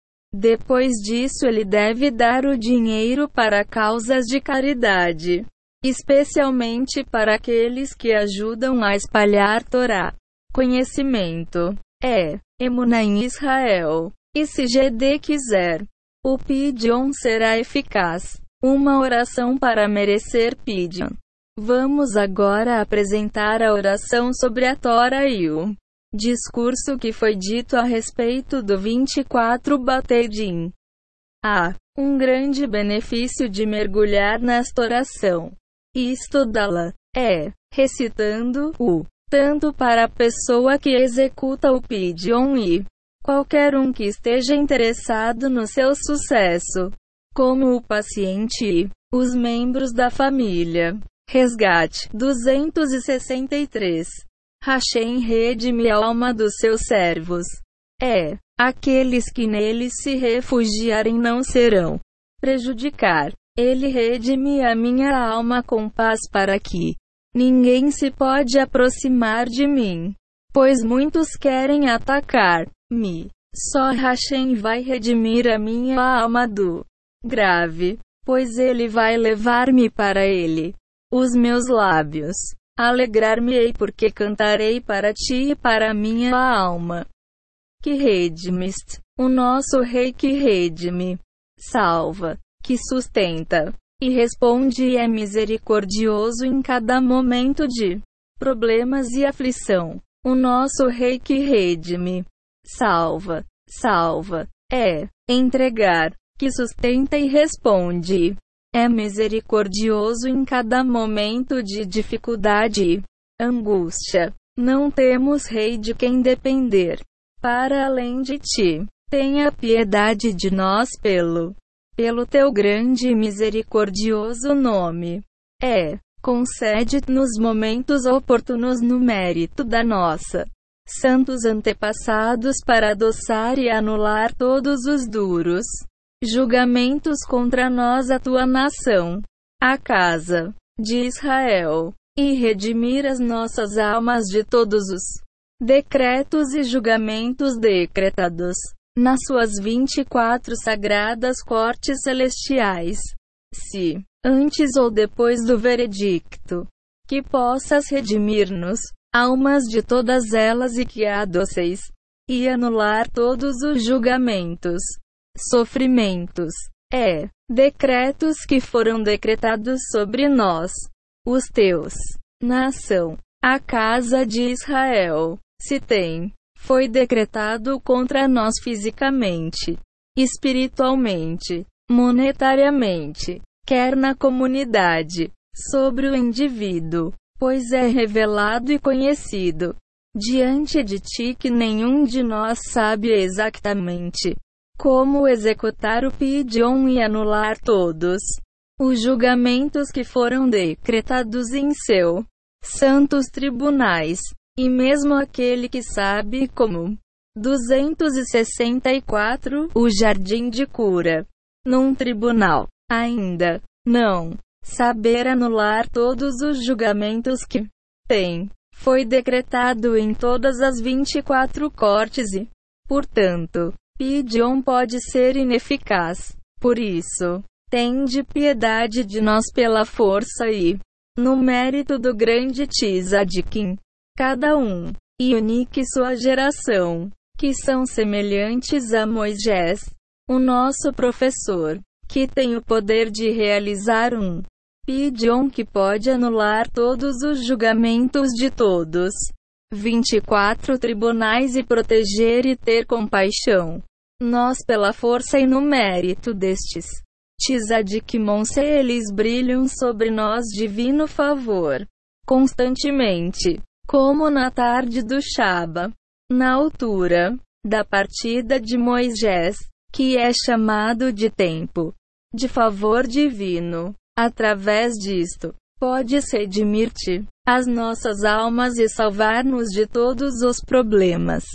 Depois disso ele deve dar o dinheiro para causas de caridade, especialmente para aqueles que ajudam a espalhar Torá, conhecimento, é, emuná em Israel. E se G D quiser, o Pidyon será eficaz. Uma oração para merecer Pidyon. Vamos agora apresentar a oração sobre a Torá e o discurso que foi dito a respeito do vinte e quatro Batedim. Há um grande benefício de mergulhar nesta oração e estudá-la. É, recitando-o, tanto para a pessoa que executa o Pidyon e qualquer um que esteja interessado no seu sucesso, como o paciente e os membros da família. Resgate duzentos e sessenta e três. Hashem redime a alma dos seus servos. É, aqueles que nele se refugiarem não serão prejudicar. Ele redime a minha alma com paz para que ninguém se pode aproximar de mim, pois muitos querem atacar-me. Só Hashem vai redimir a minha alma do grave, pois ele vai levar-me para ele. Os meus lábios alegrar-me-ei, porque cantarei para ti e para a minha alma, que redimiste, o nosso Rei que redime, salva, que sustenta, e responde e é misericordioso em cada momento de problemas e aflição. O nosso Rei que redime, salva, salva, é entregar, que sustenta e responde. É misericordioso em cada momento de dificuldade e angústia. Não temos rei de quem depender, para além de ti. Tenha piedade de nós pelo, pelo teu grande e misericordioso nome. É, concede-nos momentos oportunos no mérito da nossa santos antepassados para adoçar e anular todos os duros julgamentos contra nós, a tua nação, a casa de Israel, e redimir as nossas almas de todos os decretos e julgamentos decretados nas suas vinte e quatro sagradas cortes celestiais. Se, antes ou depois do veredicto, que possas redimir-nos, almas de todas elas, e que adoceis e anular todos os julgamentos, sofrimentos, é, decretos que foram decretados sobre nós, os teus, nação, a casa de Israel, se tem, foi decretado contra nós fisicamente, espiritualmente, monetariamente, quer na comunidade, sobre o indivíduo, pois é revelado e conhecido diante de ti que nenhum de nós sabe exatamente como executar o Pidyon e anular todos os julgamentos que foram decretados em seu santos tribunais, e mesmo aquele que sabe como. duzentos e sessenta e quatro O jardim de cura. Num tribunal, ainda não saber anular todos os julgamentos que tem, foi decretado em todas as vinte e quatro cortes e, portanto, Pidion pode ser ineficaz. Por isso, tende piedade de nós pela força e, no mérito do grande Tzadikim, cada um, e unique sua geração, que são semelhantes a Moisés, o nosso professor, que tem o poder de realizar um Pidion que pode anular todos os julgamentos de todos. vinte e quatro tribunais e proteger e ter compaixão. Nós pela força e no mérito destes Tzadikimon, eles brilham sobre nós divino favor, constantemente, como na tarde do Shaba, na altura da partida de Moisés, que é chamado de tempo de favor divino. Através disto, pode-se redimir-te as nossas almas e salvar-nos de todos os problemas.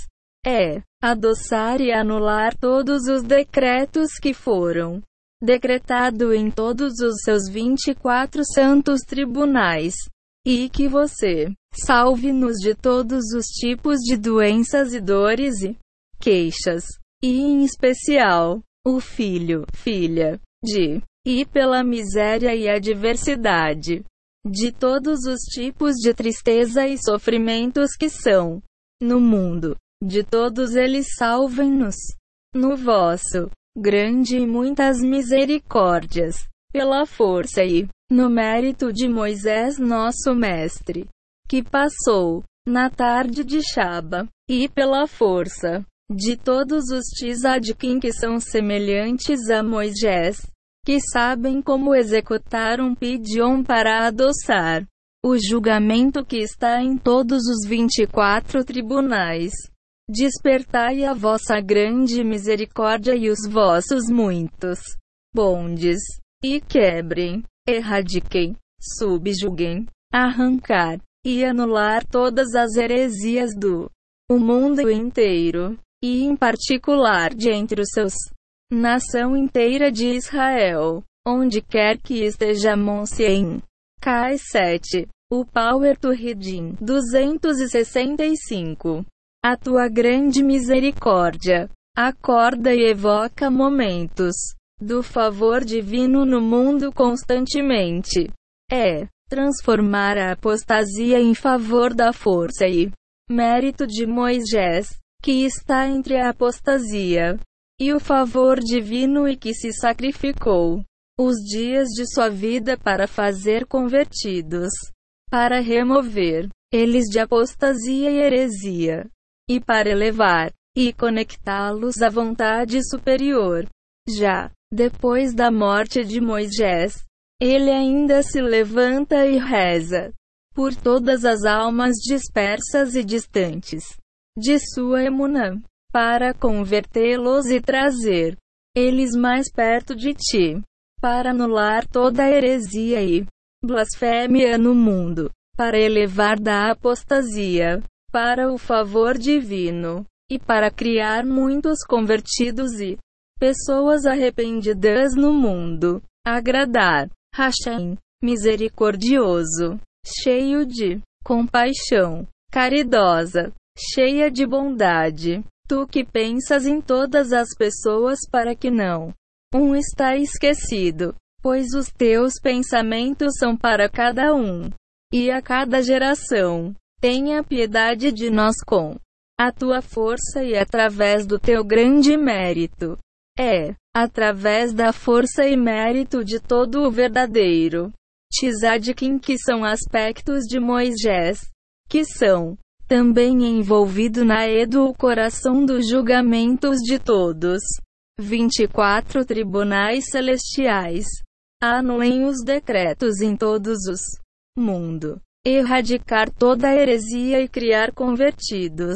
É adoçar e anular todos os decretos que foram decretados em todos os seus vinte e quatro santos tribunais, e que você salve-nos de todos os tipos de doenças e dores e queixas, e em especial, o filho, filha, de, e pela miséria e adversidade, de todos os tipos de tristeza e sofrimentos que são no mundo, de todos eles salvem-nos, no vosso grande e muitas misericórdias, pela força e no mérito de Moisés nosso mestre, que passou na tarde de Shaba, e pela força de todos os Tzadikim que são semelhantes a Moisés, que sabem como executar um Pidion para adoçar o julgamento que está em todos os vinte e quatro tribunais. Despertai a vossa grande misericórdia e os vossos muitos bondes, e quebrem, erradiquem, subjuguem, arrancar e anular todas as heresias do o mundo inteiro, e em particular de entre os seus nação inteira de Israel, onde quer que estejamos em K sete, o Power to Redeem, duzentos e sessenta e cinco. A tua grande misericórdia acorda e evoca momentos do favor divino no mundo constantemente. É transformar a apostasia em favor da força e mérito de Moisés, que está entre a apostasia e o favor divino e que se sacrificou os dias de sua vida para fazer convertidos, para remover eles de apostasia e heresia, e para elevar e conectá-los à vontade superior. Já depois da morte de Moisés, ele ainda se levanta e reza por todas as almas dispersas e distantes de sua emunã, para convertê-los e trazer eles mais perto de ti, para anular toda a heresia e blasfêmia no mundo, para elevar da apostasia para o favor divino, e para criar muitos convertidos e pessoas arrependidas no mundo. Agradar Hashem, misericordioso, cheio de compaixão, caridosa, cheia de bondade, tu que pensas em todas as pessoas para que não um está esquecido, pois os teus pensamentos são para cada um, e a cada geração. Tenha piedade de nós com a tua força e através do teu grande mérito. É através da força e mérito de todo o verdadeiro Tzadikim que são aspectos de Moisés, que são também envolvido na edo o coração dos julgamentos de todos. vinte e quatro tribunais celestiais. Anulem os decretos em todos os mundo. Erradicar toda a heresia e criar convertidos.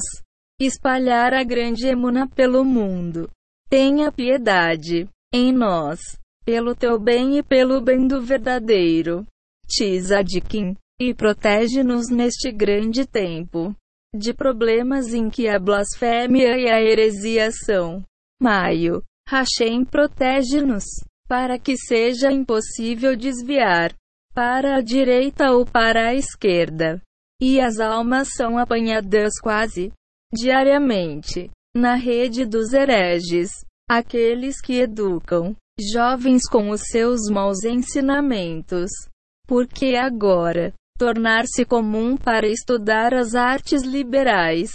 Espalhar a grande emuna pelo mundo. Tenha piedade em nós. pelo teu bem e pelo bem do verdadeiro Tzadikim, e protege-nos neste grande tempo de problemas em que a blasfêmia e a heresia são. Maio. Hashem, protege-nos, para que seja impossível desviar para a direita ou para a esquerda. E as almas são apanhadas quase diariamente na rede dos hereges, aqueles que educam jovens com os seus maus ensinamentos. Porque agora tornar-se comum para estudar as artes liberais,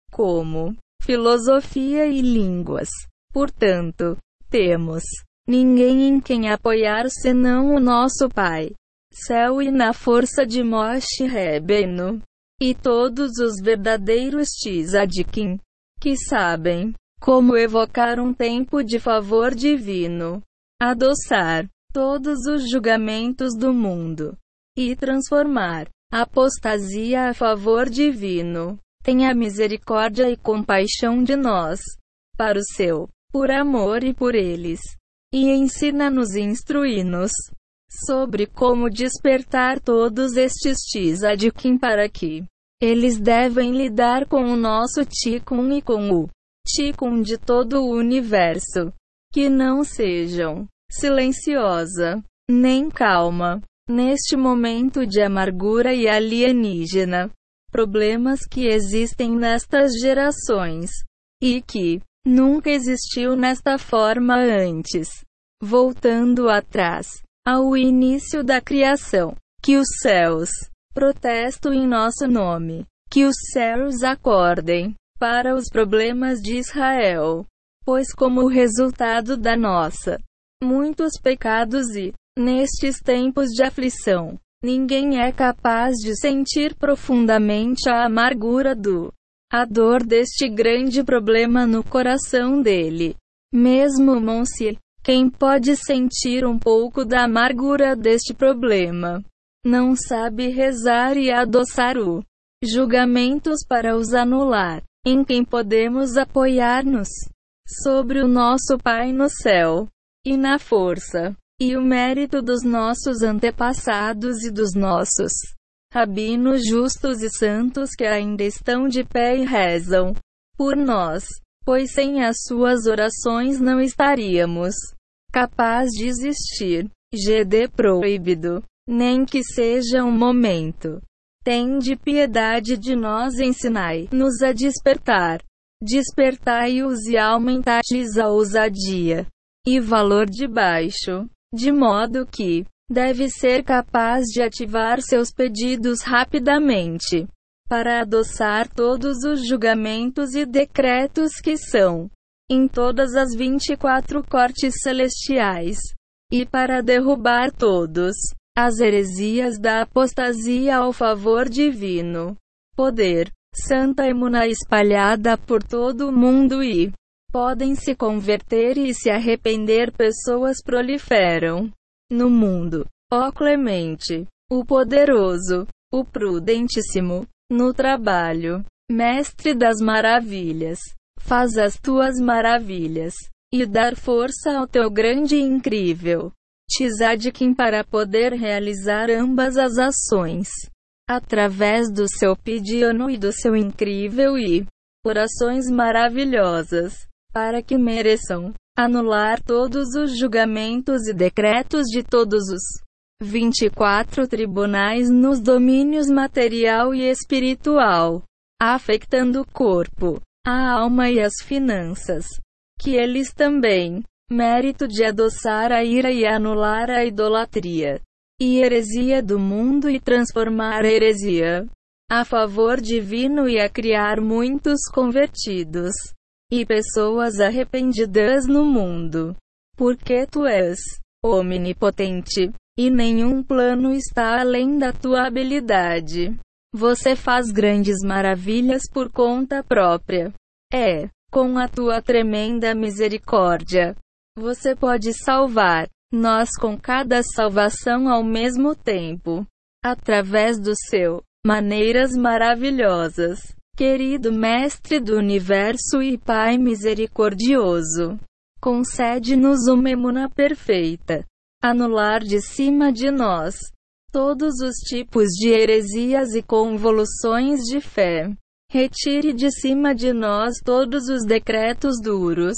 como filosofia e línguas. Portanto, temos ninguém em quem apoiar senão o nosso Pai Céu e na força de Moshe Rabbeinu, e todos os verdadeiros Tzadikim, que sabem como evocar um tempo de favor divino, adoçar todos os julgamentos do mundo e transformar a apostasia a favor divino. Tenha misericórdia e compaixão de nós, para o seu, por amor e por eles, e ensina-nos e instrui-nos sobre como despertar todos estes Tzadikim para que eles devem lidar com o nosso Tikkun e com o Tikkun de todo o universo, que não sejam silenciosa, nem calma, neste momento de amargura e alienígena, problemas que existem nestas gerações, e que nunca existiu nesta forma antes. Voltando atrás, ao início da criação, que os céus protestam em nosso nome, que os céus acordem para os problemas de Israel, pois como resultado da nossa muitos pecados e, nestes tempos de aflição, ninguém é capaz de sentir profundamente a amargura do, a dor deste grande problema no coração dele. Mesmo Monsi, quem pode sentir um pouco da amargura deste problema, não sabe rezar e adoçar o julgamentos para os anular. Em quem podemos apoiar-nos? Sobre o nosso Pai no céu, e na força e o mérito dos nossos antepassados e dos nossos rabinos justos e santos que ainda estão de pé e rezam por nós, pois sem as suas orações não estaríamos capazes de existir. G D proibido, nem que seja um momento. Tende piedade de nós, ensinai-nos a despertar. Despertai-os e aumentai-lhes a ousadia e valor de baixo, de modo que deve ser capaz de ativar seus pedidos rapidamente, para adoçar todos os julgamentos e decretos que são em todas as vinte e quatro cortes celestiais, e para derrubar todos as heresias da apostasia ao favor divino. Poder, santa emuna espalhada por todo o mundo e podem se converter e se arrepender pessoas proliferam no mundo. Ó Clemente, o poderoso, o prudentíssimo, no trabalho, mestre das maravilhas, faz as tuas maravilhas, e dar força ao teu grande e incrível Tzadikim para poder realizar ambas as ações, através do seu pediano e do seu incrível e orações maravilhosas, para que mereçam anular todos os julgamentos e decretos de todos os vinte e quatro tribunais nos domínios material e espiritual, afetando o corpo, a alma e as finanças, que eles também mérito de adoçar a ira e anular a idolatria e heresia do mundo e transformar a heresia a favor divino e a criar muitos convertidos e pessoas arrependidas no mundo. Porque tu és omnipotente, e nenhum plano está além da tua habilidade. Você faz grandes maravilhas por conta própria. É, com a tua tremenda misericórdia, você pode salvar nós com cada salvação ao mesmo tempo, através do seu maneiras maravilhosas. Querido Mestre do Universo e Pai misericordioso, concede-nos uma emuna perfeita. Anular de cima de nós todos os tipos de heresias e convoluções de fé. Retire de cima de nós todos os decretos duros.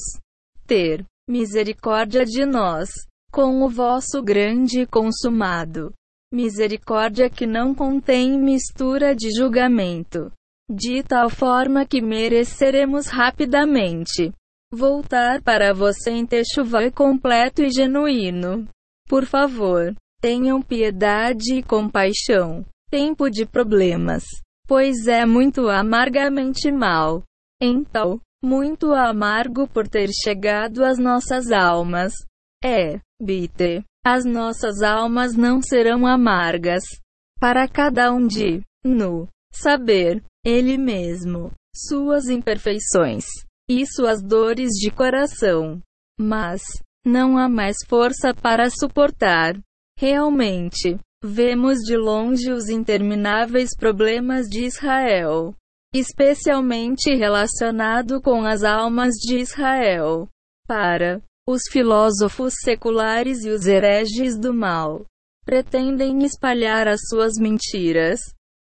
Ter misericórdia de nós, com o vosso grande e consumado. Misericórdia que não contém mistura de julgamento, de tal forma que mereceremos rapidamente voltar para você em techuvá completo e genuíno. Por favor, tenham piedade e compaixão. Tempo de problemas, pois é muito amargamente mal. Então, muito amargo por ter chegado às nossas almas. É, bite, as nossas almas não serão amargas. Para cada um de no saber, ele mesmo, suas imperfeições e suas dores de coração. Mas não há mais força para suportar. Realmente, vemos de longe os intermináveis problemas de Israel, especialmente relacionado com as almas de Israel. Para os filósofos seculares e os hereges do mal, pretendem espalhar as suas mentiras.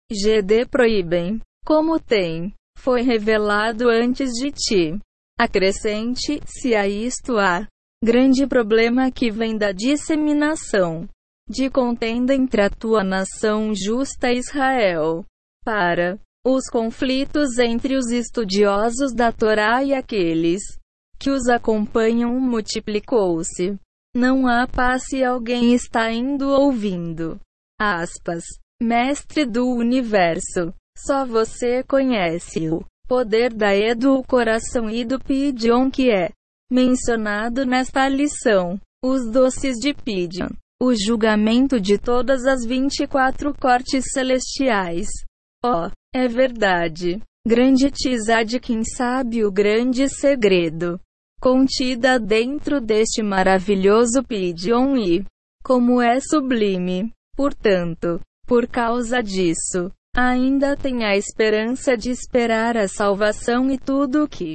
G D proíbem, como tem, foi revelado antes de ti. Acrescente, se a isto há grande problema que vem da disseminação de contenda entre a tua nação justa e Israel. Para os conflitos entre os estudiosos da Torá e aqueles que os acompanham multiplicou-se. Não há paz se alguém está indo ouvindo. Aspas. Mestre do universo, só você conhece o poder da E do coração e do Pidyon que é mencionado nesta lição. Os doces de Pidyon. O julgamento de todas as vinte e quatro cortes celestiais. Oh, é verdade. Grande Tizad, quem sabe o grande segredo contida dentro deste maravilhoso Pidyon e como é sublime. Portanto, por causa disso, ainda tem a esperança de esperar a salvação e tudo o que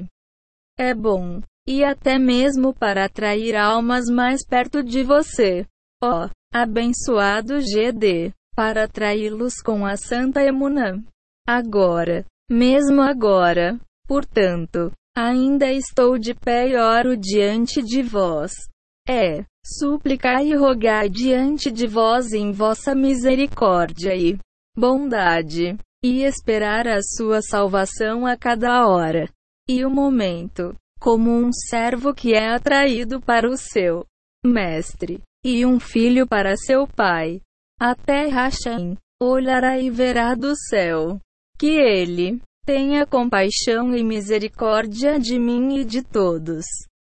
é bom, e até mesmo para atrair almas mais perto de você. Ó, oh, abençoado G D, para atraí-los com a santa emunã. Agora, mesmo agora, portanto, ainda estou de pé e oro diante de vós. É, suplicai e rogai diante de vós em vossa misericórdia e bondade, e esperar a sua salvação a cada hora e o momento, como um servo que é atraído para o seu mestre, e um filho para seu pai. Até Hashem olhará e verá do céu que ele tenha compaixão e misericórdia de mim e de todos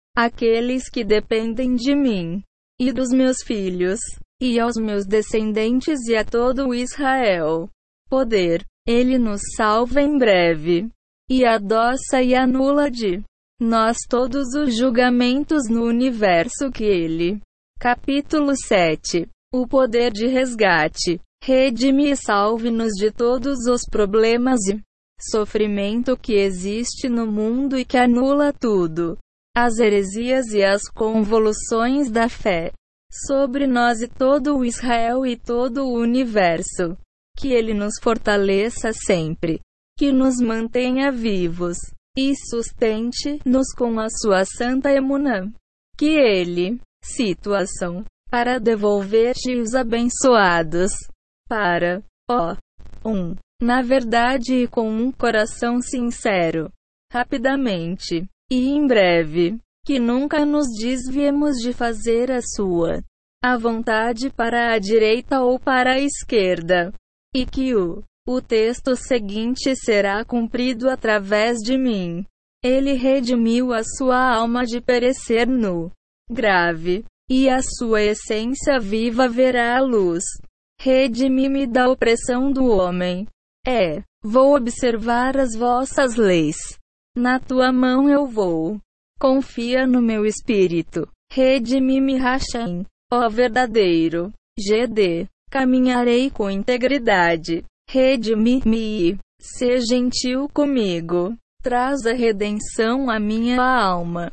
aqueles que dependem de mim, e dos meus filhos, e aos meus descendentes e a todo o Israel. Poder, ele nos salva em breve, e adoça e anula de nós todos os julgamentos no universo que ele. Capítulo sete. O poder de resgate. Redime e salve-nos de todos os problemas e sofrimento que existe no mundo e que anula tudo. As heresias e as convoluções da fé. Sobre nós e todo o Israel e todo o universo. Que ele nos fortaleça sempre. Que nos mantenha vivos. E sustente-nos com a sua santa emunã. Que ele, situação, para devolver-te os abençoados. Para, ó, um, na verdade e com um coração sincero. Rapidamente. E em breve, que nunca nos desviemos de fazer a sua a vontade para a direita ou para a esquerda, e que o, o texto seguinte será cumprido através de mim. Ele redimiu a sua alma de perecer no grave, e a sua essência viva verá a luz. Redime-me da opressão do homem. É, vou observar as vossas leis. Na tua mão eu vou. Confia no meu espírito. Redime-me Hashem, ó verdadeiro. G D. Caminharei com integridade. Redime-me. Sê gentil comigo. Traz a redenção à minha alma.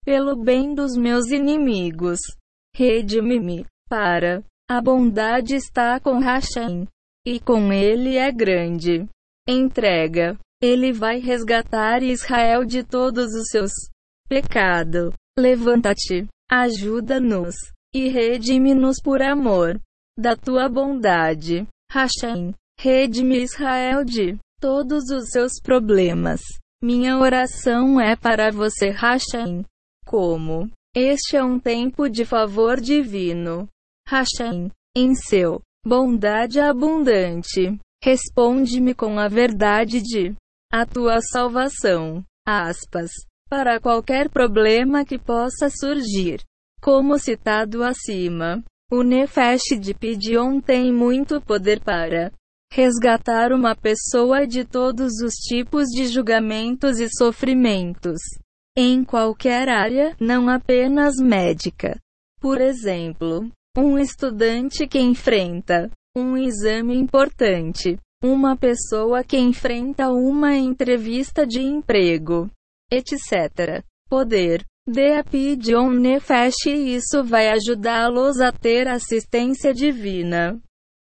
pelo bem dos meus inimigos. Redime-me, para. A bondade está com Hashem, e com ele é grande entrega. Ele vai resgatar Israel de todos os seus pecados. Levanta-te, ajuda-nos, e redime-nos por amor da tua bondade. Hashem, redime Israel de todos os seus problemas. Minha oração é para você, Hashem. Como este é um tempo de favor divino, Hashem, em seu bondade abundante, responde-me com a verdade de a tua salvação. Aspas. Para qualquer problema que possa surgir. Como citado acima, o Nefesh de Pidyon tem muito poder para resgatar uma pessoa de todos os tipos de julgamentos e sofrimentos, em qualquer área, não apenas médica. Por exemplo, um estudante que enfrenta um exame importante, uma pessoa que enfrenta uma entrevista de emprego, etcétera. Poder de a Pidyon Nefesh, e isso vai ajudá-los a ter assistência divina.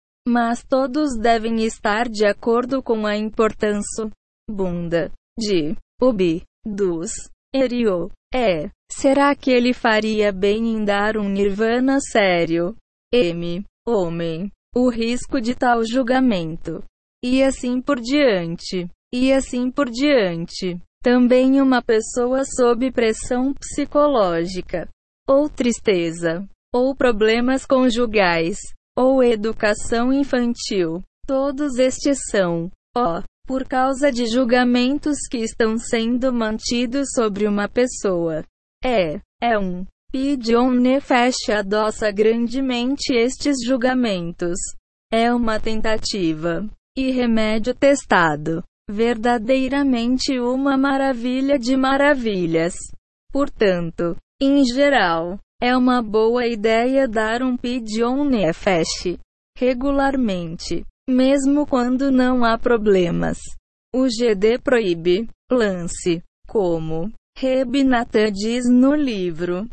Mas todos devem estar de acordo com a importância bunda de Ubi dos Erio. É. Será que ele faria bem em dar um nirvana sério? M. Homem. O risco de tal julgamento. E assim por diante. E assim por diante. Também uma pessoa sob pressão psicológica, ou tristeza, ou problemas conjugais, ou educação infantil. Todos estes são, ó, por causa de julgamentos que estão sendo mantidos sobre uma pessoa. É, é um Pidyon Nefesh adoça grandemente estes julgamentos. É uma tentativa e remédio testado. Verdadeiramente uma maravilha de maravilhas. Portanto, em geral, é uma boa ideia dar um Pidyon Nefesh regularmente, mesmo quando não há problemas. O G D proíbe lance, como Reb Natan diz no livro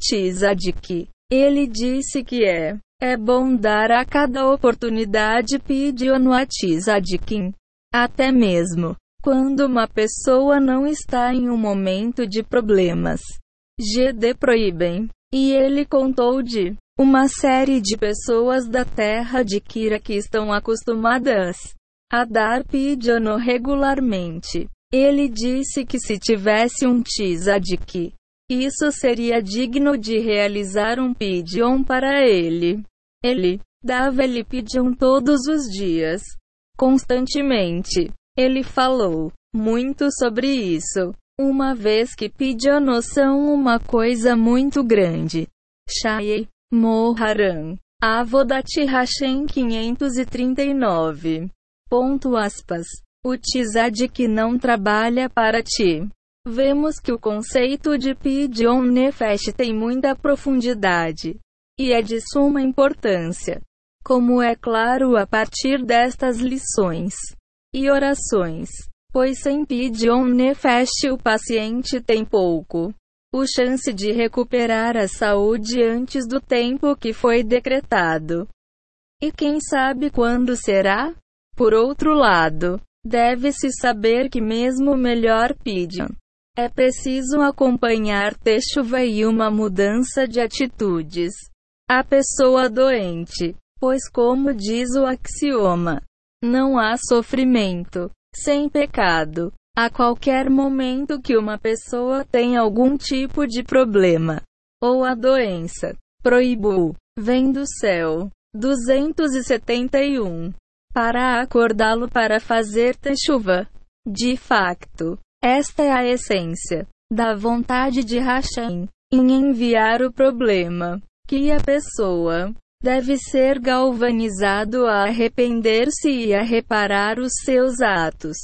Tzadik. Ele disse que é é bom dar a cada oportunidade Pidyon a Tzadikim. Até mesmo quando uma pessoa não está em um momento de problemas. G D proíbem. E ele contou de uma série de pessoas da terra de Kira que estão acostumadas a dar Pidyon regularmente. Ele disse que se tivesse um Tzadik, isso seria digno de realizar um Pidyon para ele. Ele dava-lhe Pidyon todos os dias. Constantemente. Ele falou muito sobre isso, uma vez que Pidyon são uma coisa muito grande. Shai Moharan. Avodat Hashem quinhentos e trinta e nove. Ponto aspas. O Tzadik não trabalha para ti. Vemos que o conceito de Pidyon Nefesh tem muita profundidade e é de suma importância, como é claro a partir destas lições e orações, pois sem Pidyon Nefesh o paciente tem pouco o chance de recuperar a saúde antes do tempo que foi decretado. E quem sabe quando será? Por outro lado, deve-se saber que mesmo o melhor Pidyon é preciso acompanhar teshuva e uma mudança de atitudes. A pessoa doente, pois como diz o axioma, não há sofrimento sem pecado. A qualquer momento que uma pessoa tem algum tipo de problema, ou a doença, proibu, vem do céu. duzentos e setenta e um. Para acordá-lo para fazer teshuva. De facto, esta é a essência da vontade de Hashem em enviar o problema, que a pessoa deve ser galvanizado a arrepender-se e a reparar os seus atos.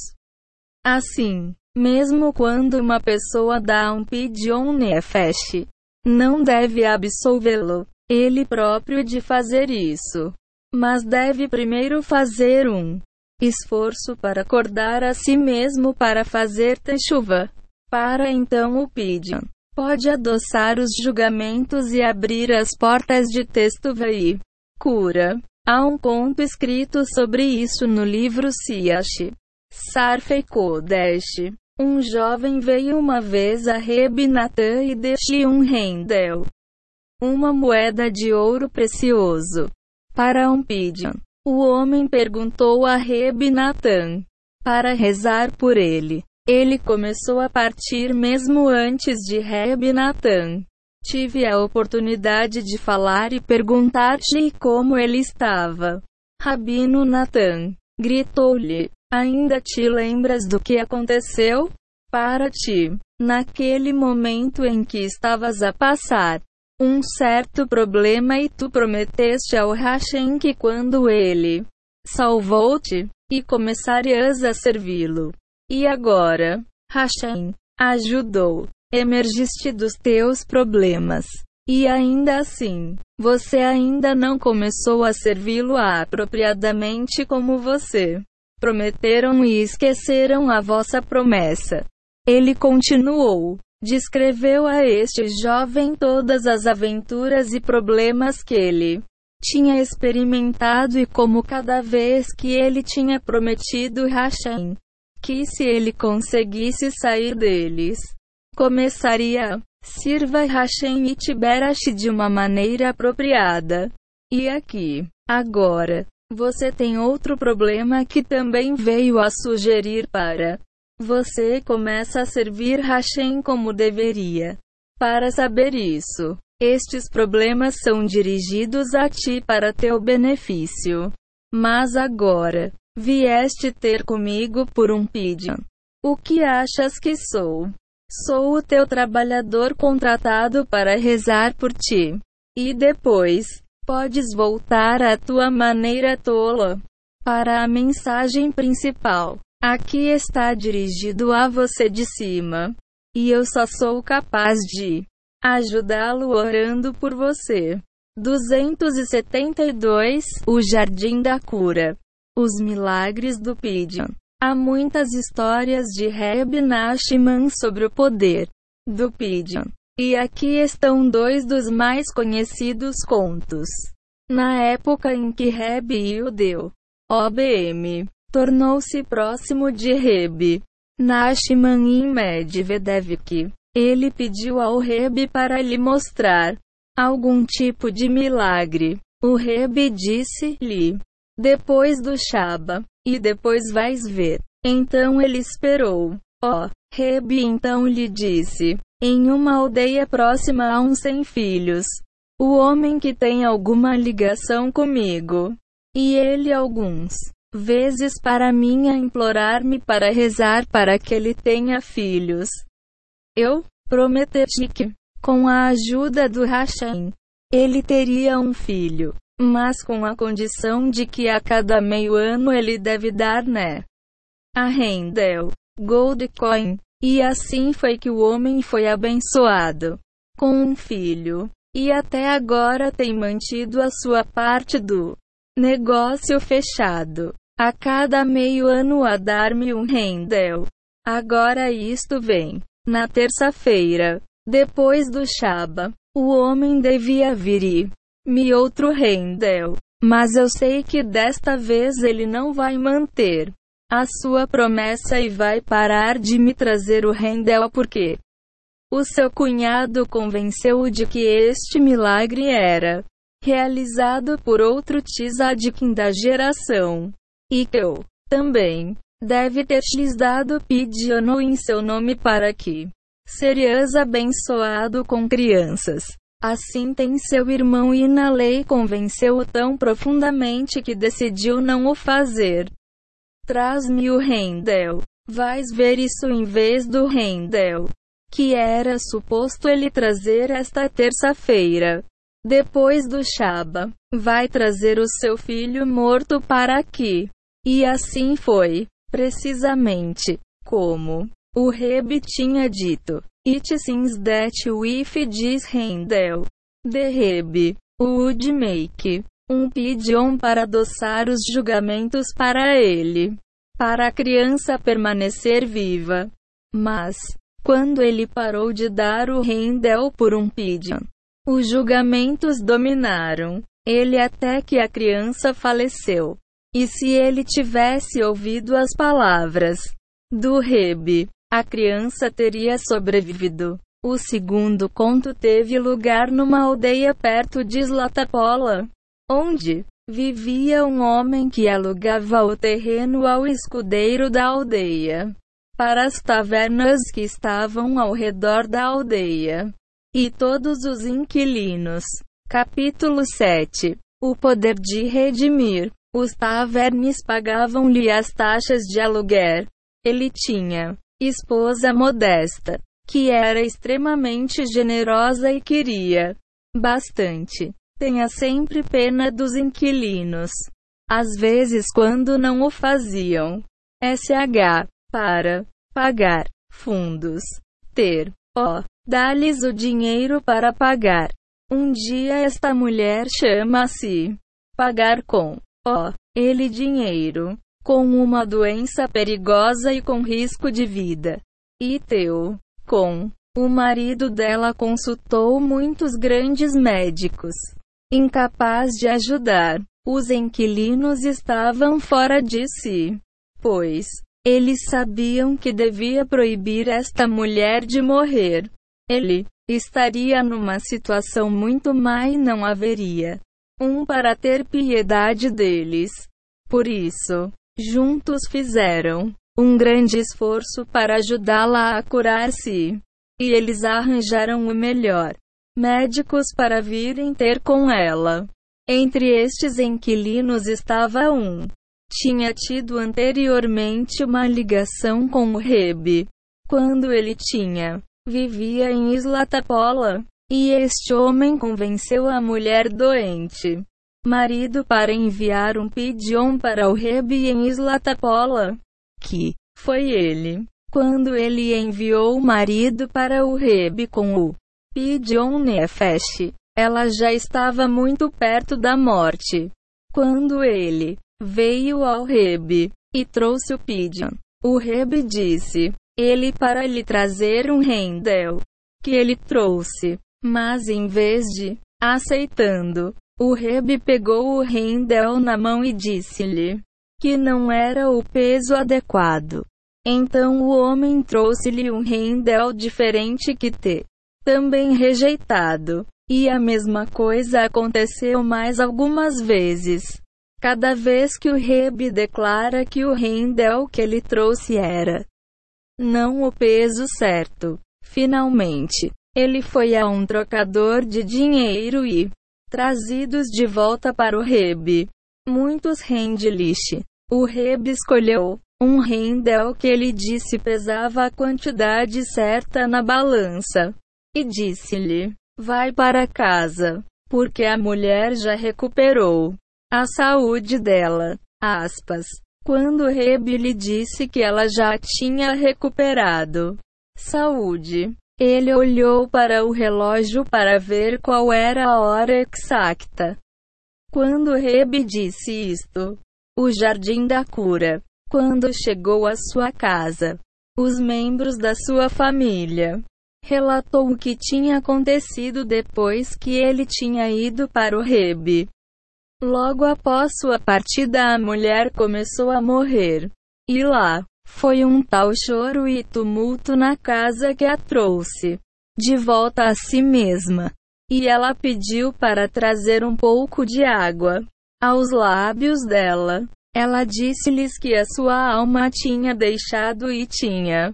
Assim, mesmo quando uma pessoa dá um Pidyon Nefesh, não deve absolvê-lo, ele próprio de fazer isso, mas deve primeiro fazer um esforço para acordar a si mesmo para fazer teshuva, para então o Pidyon pode adoçar os julgamentos e abrir as portas de texto e cura. Há um conto escrito sobre isso no livro Siash Sarfei Kodesh. Um jovem veio uma vez a Reb Natan e deu-lhe um rendel, uma moeda de ouro precioso, para um pidyon. O homem perguntou a Reb Natan para rezar por ele. Ele começou a partir mesmo antes de Reb Natan. Tive a oportunidade de falar e perguntar-lhe como ele estava. Rabino Natan gritou-lhe: ainda te lembras do que aconteceu? Para ti, naquele momento em que estavas a passar um certo problema e tu prometeste ao Hashem que quando ele salvou-te, e começarias a servi-lo. E agora, Hashem ajudou, emergiste dos teus problemas. E ainda assim, você ainda não começou a servi-lo apropriadamente como você prometeram e esqueceram a vossa promessa. Ele continuou. Descreveu a este jovem todas as aventuras e problemas que ele tinha experimentado e como cada vez que ele tinha prometido Hashem que se ele conseguisse sair deles, começaria a sirva Hashem e Tiberash de uma maneira apropriada. E aqui, agora, você tem outro problema que também veio a sugerir para você começa a servir Hashem como deveria. Para saber isso, estes problemas são dirigidos a ti para teu benefício. Mas agora, vieste ter comigo por um pidyon. O que achas que sou? Sou o teu trabalhador contratado para rezar por ti. E depois, podes voltar à tua maneira tola. Para a mensagem principal. Aqui está dirigido a você de cima. E eu só sou capaz de ajudá-lo orando por você. duzentos e setenta e dois O Jardim da Cura. Os milagres do pidyon. Há muitas histórias de Reb Nachman sobre o poder do pidyon. E aqui estão dois dos mais conhecidos contos. Na época em que Reb Yudeu O B M tornou-se próximo de Reb Nachman em Medvedevik, ele pediu ao Reb para lhe mostrar algum tipo de milagre. O Reb disse-lhe: depois do Shaba, e depois vais ver. Então ele esperou. Ó, oh, Reb então lhe disse: em uma aldeia próxima a uns cem filhos, o homem que tem alguma ligação comigo, e ele alguns vezes para mim a implorar-me para rezar para que ele tenha filhos. Eu prometi que, com a ajuda do Hashem, ele teria um filho, mas com a condição de que a cada meio ano ele deve dar né a rendel, gold coin. E assim foi que o homem foi abençoado com um filho, e até agora tem mantido a sua parte do negócio fechado, a cada meio ano a dar-me um rendel. Agora isto vem na terça-feira, depois do Shaba. O homem devia vir e me outro rendel, mas eu sei que desta vez ele não vai manter a sua promessa e vai parar de me trazer o rendel porque o seu cunhado convenceu-o de que este milagre era realizado por outro tzadikim da geração, e que eu também deve ter-lhes dado pidyon em seu nome para que serias abençoado com crianças. Assim tem seu irmão e na lei convenceu-o tão profundamente que decidiu não o fazer. Traz-me o rendel. Vais ver isso em vez do rendel que era suposto ele trazer esta terça-feira, depois do Shaba. Vai trazer o seu filho morto para aqui. E assim foi, precisamente, como o Reb tinha dito. It seems that if this rendel, the Reb would make um pidyon para adoçar os julgamentos para ele, para a criança permanecer viva. Mas, quando ele parou de dar o rendel por um pidyon. Os julgamentos dominaram ele até que a criança faleceu. E se ele tivesse ouvido as palavras do Rebbe, a criança teria sobrevivido. O segundo conto teve lugar numa aldeia perto de Slatapola, onde vivia um homem que alugava o terreno ao escudeiro da aldeia, para as tavernas que estavam ao redor da aldeia, e todos os inquilinos. Capítulo sete. O poder de redimir. Os tavernes pagavam-lhe as taxas de aluguer. Ele tinha esposa modesta, que era extremamente generosa e queria bastante. Tenha sempre pena dos inquilinos. Às vezes, quando não o faziam, sh para pagar fundos, ter o dá-lhes o dinheiro para pagar. Um dia esta mulher chama-se pagar com o ele dinheiro, com uma doença perigosa e com risco de vida. E teu com o marido dela consultou muitos grandes médicos, incapaz de ajudar. Os inquilinos estavam fora de si, pois eles sabiam que devia proibir esta mulher de morrer. Ele estaria numa situação muito má e não haveria um para ter piedade deles. Por isso, juntos fizeram um grande esforço para ajudá-la a curar-se. E eles arranjaram o melhor médicos para virem ter com ela. Entre estes inquilinos estava um. Tinha tido anteriormente uma ligação com o Rebbe, quando ele tinha vivia em Slatapola. E este homem convenceu a mulher doente, marido, para enviar um pidyon para o Rebbe em Slatapola. Que foi ele. Quando ele enviou o marido para o Rebbe com o pidyon nefesh, ela já estava muito perto da morte. Quando ele veio ao Rebbe e trouxe o pidyon, o Rebbe disse ele para lhe trazer um rendel, que ele trouxe. Mas em vez de aceitando, o Rebbe pegou o rendel na mão e disse-lhe que não era o peso adequado. Então o homem trouxe-lhe um rendel diferente que te também rejeitado. E a mesma coisa aconteceu mais algumas vezes. Cada vez que o Rebbe declara que o rendel que ele trouxe era não o peso certo, finalmente ele foi a um trocador de dinheiro e trazidos de volta para o Rebbe muitos rendilish. O Rebbe escolheu um rendel que ele disse pesava a quantidade certa na balança, e disse-lhe: vai para casa, porque a mulher já recuperou a saúde dela. Aspas. Quando o Rebbe lhe disse que ela já tinha recuperado saúde, ele olhou para o relógio para ver qual era a hora exata. Quando o Rebbe disse isto, o jardim da cura, quando chegou à sua casa, os membros da sua família relatou o que tinha acontecido depois que ele tinha ido para o Rebbe. Logo após sua partida, a mulher começou a morrer. E lá foi um tal choro e tumulto na casa que a trouxe de volta a si mesma. E ela pediu para trazer um pouco de água aos lábios dela. Ela disse-lhes que a sua alma tinha deixado e tinha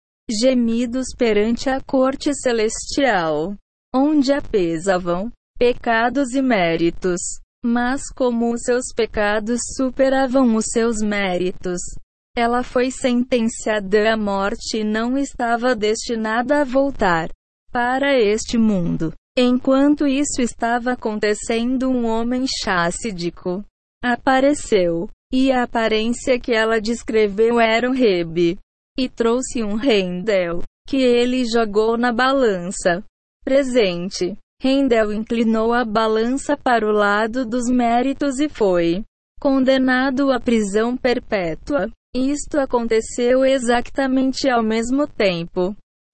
gemidos perante a corte celestial, onde a pesavam pecados e méritos. Mas como os seus pecados superavam os seus méritos, ela foi sentenciada à morte e não estava destinada a voltar para este mundo. Enquanto isso estava acontecendo, um homem chassídico apareceu, e a aparência que ela descreveu era um Rebbe, e trouxe um rendel, que ele jogou na balança presente. Rendel inclinou a balança para o lado dos méritos e foi condenado à prisão perpétua. Isto aconteceu exatamente ao mesmo tempo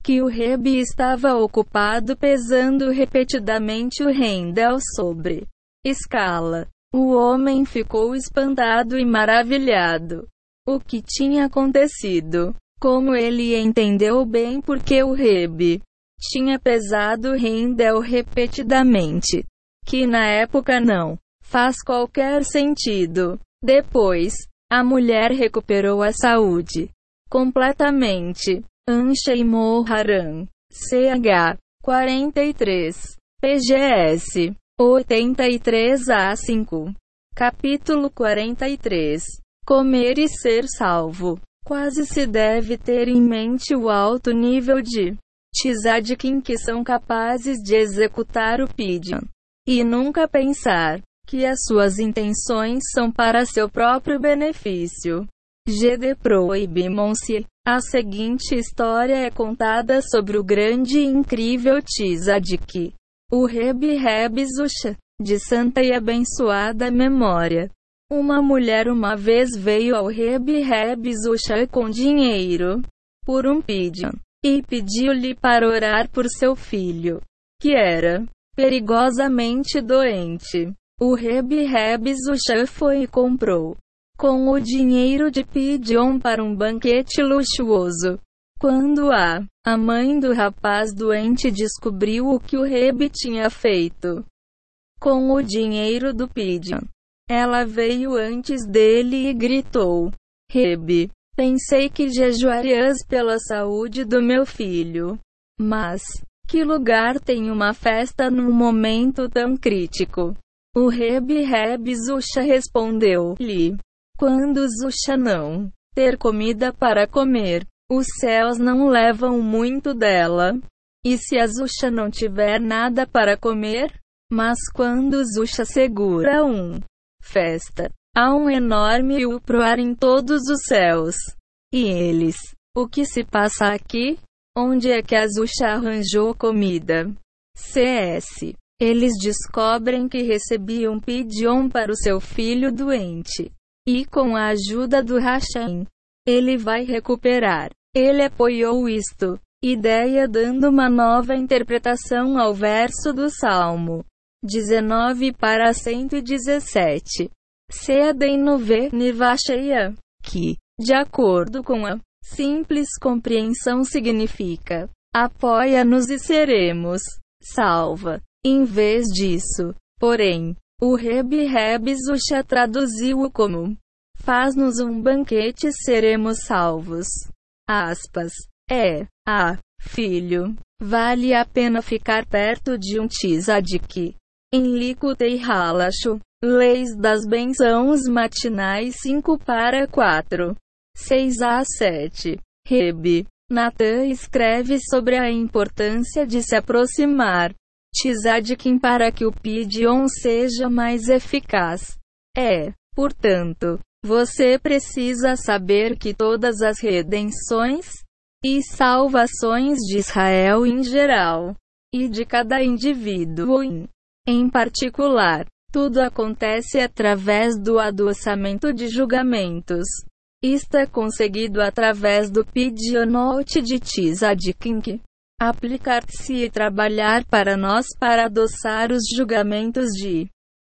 que o Rebbe estava ocupado pesando repetidamente o rendel sobre escala. O homem ficou espantado e maravilhado. O que tinha acontecido? Como ele entendeu bem porque o Rebbe tinha pesado o rendel repetidamente, que na época não faz qualquer sentido. Depois, a mulher recuperou a saúde completamente. Anshe Moharan, C H quarenta e três, P G S oitenta e três a cinco. Capítulo quarenta e três. Comer e ser salvo. Quase se deve ter em mente o alto nível de tzadikim que são capazes de executar o pidyon, e nunca pensar que as suas intenções são para seu próprio benefício. G D Proibimon-se. A seguinte história é contada sobre o grande e incrível tzadik, o Rebbe Rebbe Zusha, de santa e abençoada memória. Uma mulher uma vez veio ao Rebbe Rebbe Zusha com dinheiro por um pidyon, e pediu-lhe para orar por seu filho, que era perigosamente doente. O Rebbe Rebbe Zusha foi e comprou com o dinheiro de pidyon para um banquete luxuoso. Quando a, a mãe do rapaz doente descobriu o que o Rebbe tinha feito com o dinheiro do pidyon, ela veio antes dele e gritou: Rebbe, pensei que jejuarias pela saúde do meu filho. Mas, que lugar tem uma festa num momento tão crítico? O Rebbe Rebbe Zusha respondeu-lhe: quando Zusha não ter comida para comer, os céus não levam muito dela. E se a Zusha não tiver nada para comer? Mas quando Zusha segura um festa, há um enorme uproar em todos os céus. E eles: o que se passa aqui? Onde é que a Zusha arranjou comida? C S. Eles descobrem que recebiam pidyon para o seu filho doente. E com a ajuda do Hashem, ele vai recuperar. Ele apoiou isto, ideia dando uma nova interpretação ao verso do Salmo dezenove para cento e dezessete. Seadenove Nivasheia, que, de acordo com a simples compreensão significa, apoia-nos e seremos salva. Em vez disso, porém, o Rebbe Rebbe Zusha traduziu-o como: faz-nos um banquete e seremos salvos. Aspas. É, ah, filho, vale a pena ficar perto de um tzadik. Em Likutei Halashu, Leis das Bênçãos Matinais cinco para quatro, seis a sete. Rebbe Natan escreve sobre a importância de se aproximar tzadikim para que o pidyon seja mais eficaz. É, portanto, você precisa saber que todas as redenções e salvações de Israel em geral, e de cada indivíduo em, em particular, tudo acontece através do adoçamento de julgamentos. Isto é conseguido através do pidyonot de tzadikim que aplicar-se e trabalhar para nós para adoçar os julgamentos de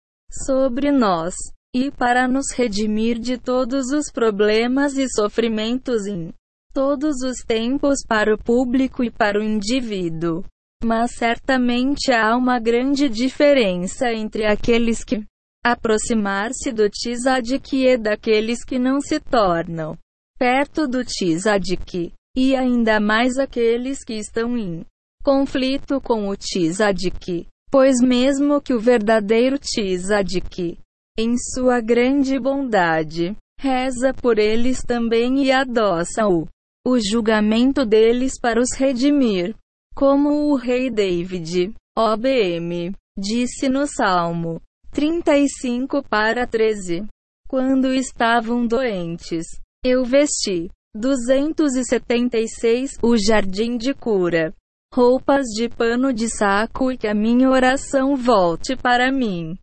sobre nós, e para nos redimir de todos os problemas e sofrimentos em todos os tempos para o público e para o indivíduo. Mas certamente há uma grande diferença entre aqueles que aproximar-se do tzadik e daqueles que não se tornam perto do tzadik. E ainda mais aqueles que estão em conflito com o tzadik, pois mesmo que o verdadeiro tzadik, em sua grande bondade, reza por eles também e adoça o, o julgamento deles para os redimir, como o rei David, O B M, disse no Salmo trinta e cinco para treze. Quando estavam doentes, eu vesti duzentos e setenta e seis, o jardim de cura, roupas de pano de saco e que a minha oração volte para mim.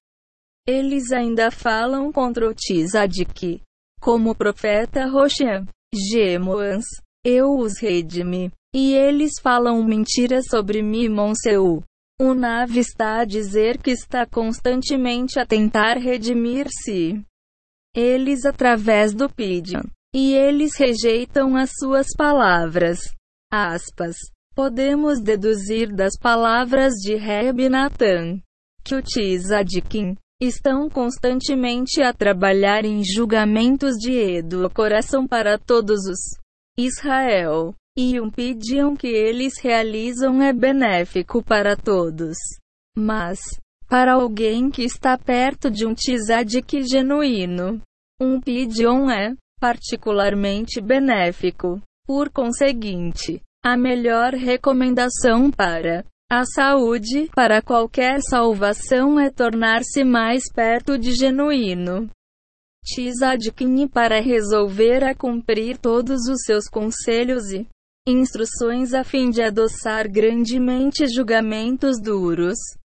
Eles ainda falam contra o tzadik, como o profeta Roxan, Gemoans, eu os redimi, E eles falam mentiras sobre mim, Monseu. O Nav está a dizer que está constantemente a tentar redimir-se. Eles através do Pidion. E eles rejeitam as suas palavras. Aspas. Podemos deduzir das palavras de Reb Natan que o Tzadikim estão constantemente a trabalhar em julgamentos de Edo, coração para todos os Israel. E um Pidion que eles realizam é benéfico para todos. Mas, para alguém que está perto de um Tzadik genuíno, um Pidion é particularmente benéfico. Por conseguinte, a melhor recomendação para a saúde, para qualquer salvação é tornar-se mais perto de genuíno Tzadikim para resolver a cumprir todos os seus conselhos e instruções a fim de adoçar grandemente julgamentos duros.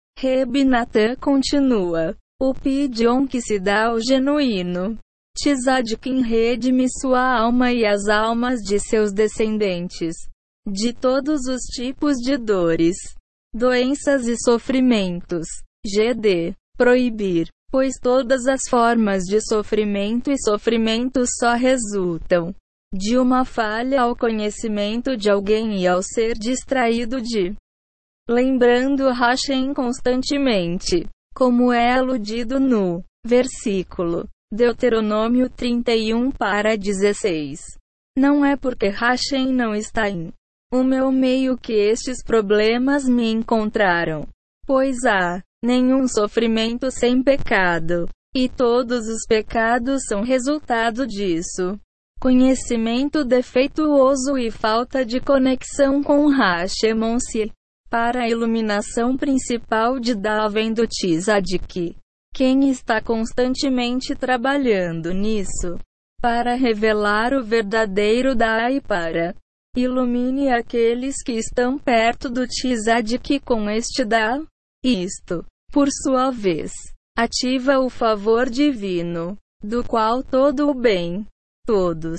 Reb Natan continua. O Pidion que se dá ao genuíno Tzadikim redime sua alma e as almas de seus descendentes de todos os tipos de dores, doenças e sofrimentos. G D. Proibir. Pois todas as formas de sofrimento e sofrimento só resultam de uma falha ao conhecimento de alguém e ao ser distraído de lembrando Hashem constantemente, como é aludido no versículo Deuteronômio trinta e um para dezesseis. Não é porque Hashem não está em o meu meio que estes problemas me encontraram, pois há nenhum sofrimento sem pecado, e todos os pecados são resultado disso. Conhecimento defeituoso e falta de conexão com Hashem-onsi. Para a iluminação principal de Daven do Tzadik. Quem está constantemente trabalhando nisso? Para revelar o verdadeiro Dá e para ilumine aqueles que estão perto do Tzadik com este Dá. Isto, por sua vez, ativa o favor divino, do qual todo o bem, todos,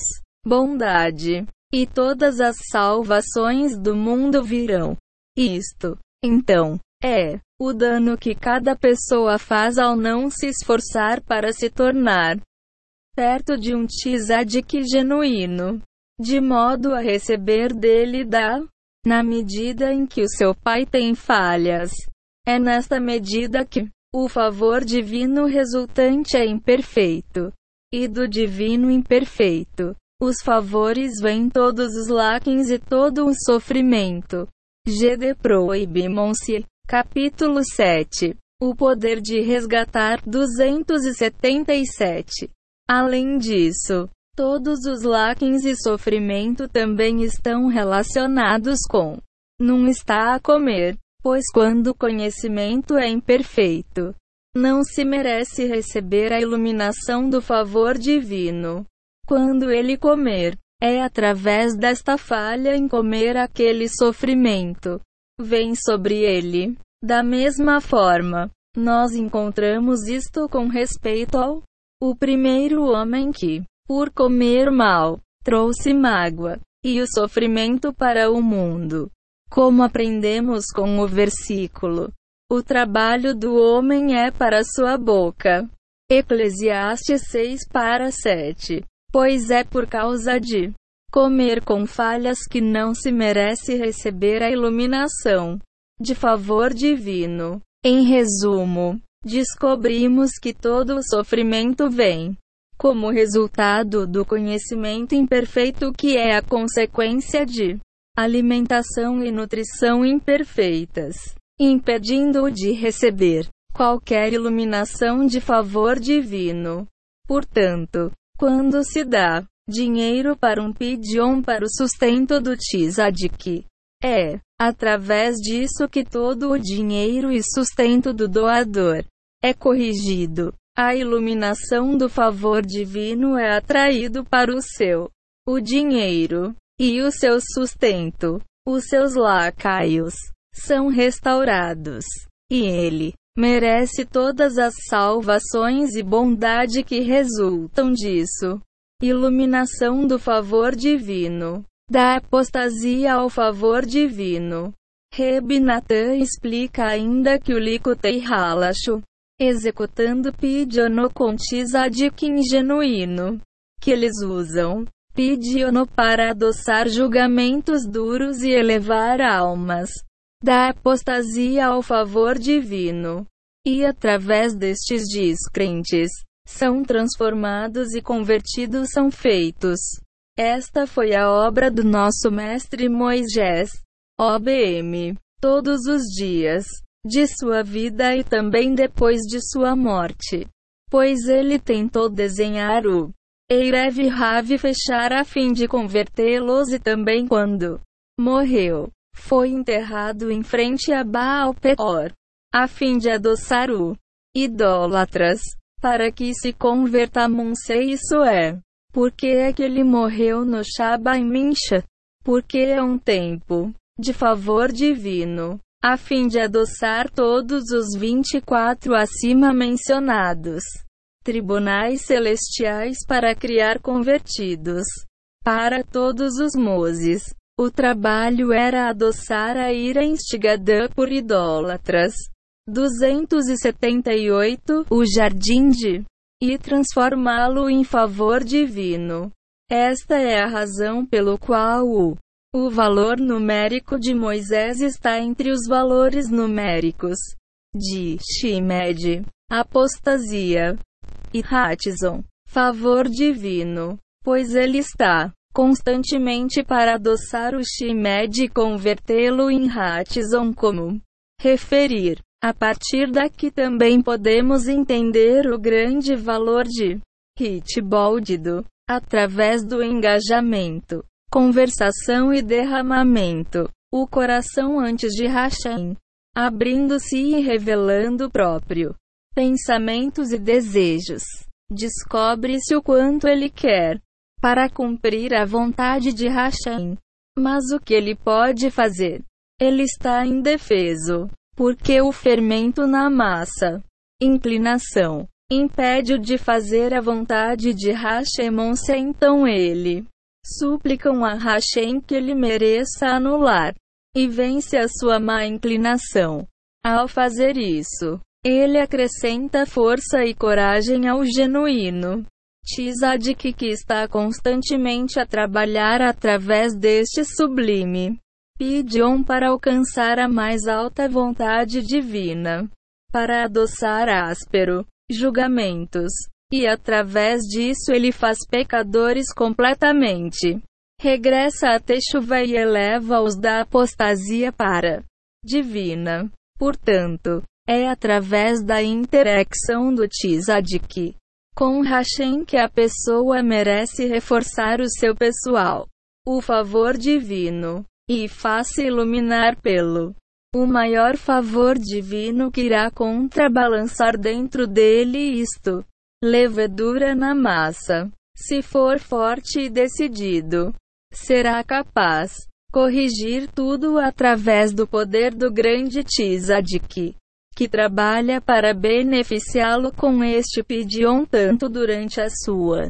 bondade, e todas as salvações do mundo virão. Isto, então, é o dano que cada pessoa faz ao não se esforçar para se tornar perto de um Tzadik genuíno, de modo a receber dele Dá, na medida em que o seu pai tem falhas. É nesta medida que o favor divino resultante é imperfeito, e do divino imperfeito, os favores vêm todos os laquins e todo o sofrimento. G D. Proibimon-se. Capítulo sete. O poder de resgatar duzentos e setenta e sete. Além disso, todos os laquins e sofrimento também estão relacionados com não está a comer, pois quando o conhecimento é imperfeito, não se merece receber a iluminação do favor divino. Quando ele comer, é através desta falha em comer aquele sofrimento vem sobre ele. Da mesma forma, nós encontramos isto com respeito ao o primeiro homem que, por comer mal, trouxe mágoa e o sofrimento para o mundo. Como aprendemos com o versículo, o trabalho do homem é para sua boca. Eclesiastes seis para sete. Pois é por causa de comer com falhas que não se merece receber a iluminação de favor divino. Em resumo, descobrimos que todo o sofrimento vem como resultado do conhecimento imperfeito que é a consequência de alimentação e nutrição imperfeitas, impedindo-o de receber qualquer iluminação de favor divino. Portanto, quando se dá dinheiro para um Pidion para o sustento do Tzadik, é através disso que todo o dinheiro e sustento do doador é corrigido. A iluminação do favor divino é atraído para o seu, o dinheiro, e o seu sustento, os seus lacaios, são restaurados. E ele merece todas as salvações e bondade que resultam disso. Iluminação do favor divino. da apostasia ao favor divino. Reb Natan explica ainda que o Likutei Halashu, executando Pidyono com tzadikim genuíno, que eles usam Pidyono para adoçar julgamentos duros e elevar almas da apostasia ao favor divino. E através destes descrentes, são transformados e convertidos são feitos. Esta foi a obra do nosso mestre Moisés, O B M, todos os dias de sua vida e também depois de sua morte. Pois ele tentou desenhar o Erev Rav fechar a fim de convertê-los e também quando morreu, foi enterrado em frente a Baal Peor, a fim de adoçar o idólatras, para que se convertam. Se isso é, porque é que ele morreu no Shabbat Mincha? Porque é um tempo de favor divino, a fim de adoçar todos os vinte e quatro acima mencionados tribunais celestiais para criar convertidos. Para todos os Moses, o trabalho era adoçar a ira instigada por idólatras. duzentos e setenta e oito O jardim de e transformá-lo em favor divino. Esta é a razão pelo qual o o valor numérico de Moisés está entre os valores numéricos de Shimed, apostasia, e Hatzon, favor divino, pois ele está constantemente para adoçar o Shimed e convertê-lo em Hatzon, como referir. A partir daqui também podemos entender o grande valor de Hitboldido, através do engajamento, conversação e derramamento, o coração antes de Hashem, abrindo-se e revelando o próprio pensamentos e desejos. Descobre-se o quanto ele quer para cumprir a vontade de Hashem. Mas o que ele pode fazer? Ele está indefeso, porque o fermento na massa, inclinação, impede-o de fazer a vontade de Hashem. Se então ele suplicam a Hashem que ele mereça anular e vence a sua má inclinação. Ao fazer isso, ele acrescenta força e coragem ao genuíno Tzadik que está constantemente a trabalhar através deste sublime Pidyon para alcançar a mais alta vontade divina, para adoçar áspero julgamentos, e através disso ele faz pecadores completamente. Regressa a Teshuvah e eleva-os da apostasia para divina. Portanto, é através da interacção do Tzadik com Hashem que a pessoa merece reforçar o seu pessoal, o favor divino, e faz-se iluminar pelo o maior favor divino que irá contrabalançar dentro dele isto, levedura na massa. Se for forte e decidido, será capaz corrigir tudo através do poder do grande Tzadik, que trabalha para beneficiá-lo com este Pidyon tanto durante a sua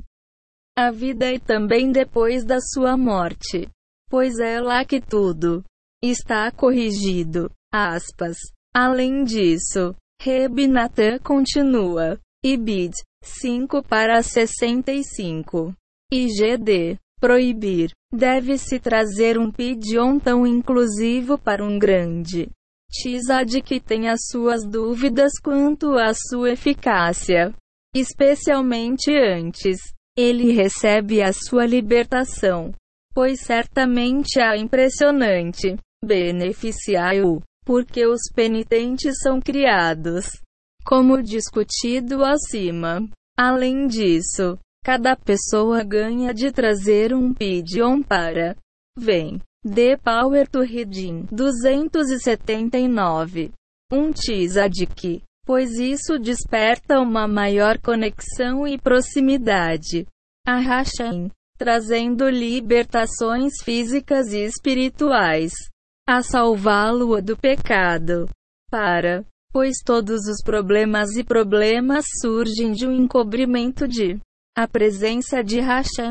a vida e também depois da sua morte. Pois é lá que tudo está corrigido. Aspas. Além disso, Reb Natan continua. Ibid. cinco para sessenta e cinco. I G D. Proibir. Deve-se trazer um Pidyon tão inclusivo para um grande Tzadik que tem as suas dúvidas quanto à sua eficácia. Especialmente antes ele recebe a sua libertação. Pois certamente a impressionante beneficiai-o, porque os penitentes são criados, como discutido acima. Além disso, cada pessoa ganha de trazer um Pidyon para vem. The Power to Redeem duzentos e setenta e nove. Um Tzadik, pois isso desperta uma maior conexão e proximidade a Hashem, trazendo libertações físicas e espirituais, a salvá-lo do pecado. Para, pois todos os problemas e problemas surgem de um encobrimento de a presença de Hashem.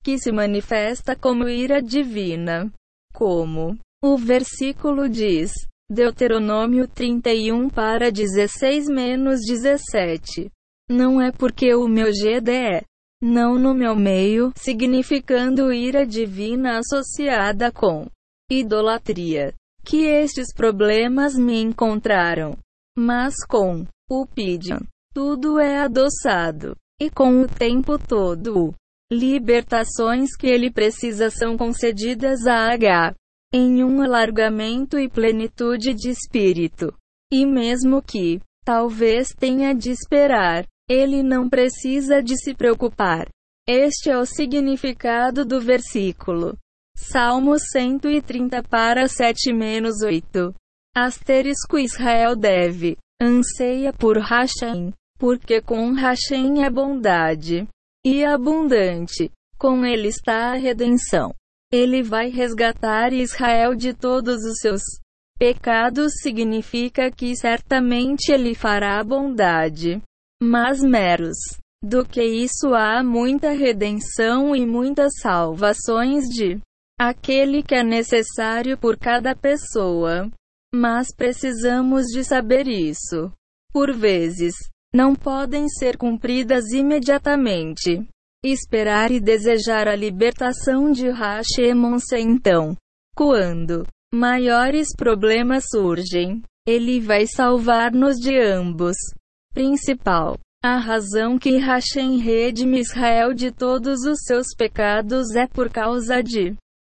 que se manifesta como ira divina. Como o versículo diz, Deuteronômio trinta e um para dezesseis menos dezessete. Não é porque o meu G D é não no meu meio, significando ira divina associada com idolatria, que estes problemas me encontraram. Mas com o Pidyon, tudo é adoçado, e com o tempo todo, libertações que ele precisa são concedidas a H, em um alargamento e plenitude de espírito. E mesmo que, talvez tenha de esperar, ele não precisa de se preocupar. Este é o significado do versículo. Salmo cento e trinta para sete menos oito. Asterisco Israel deve, anseia por Hashem, porque com Hashem é bondade e abundante. Com ele está a redenção. Ele vai resgatar Israel de todos os seus pecados, significa que certamente ele fará bondade. Mas meros do que isso, há muita redenção e muitas salvações de aquele que é necessário por cada pessoa. Mas precisamos de saber isso. Por vezes, não podem ser cumpridas imediatamente. Esperar e desejar a libertação de Hashemon-se então. Quando maiores problemas surgem, ele vai salvar-nos de ambos. Principal. A razão que Hashem redime Israel de todos os seus pecados é por causa de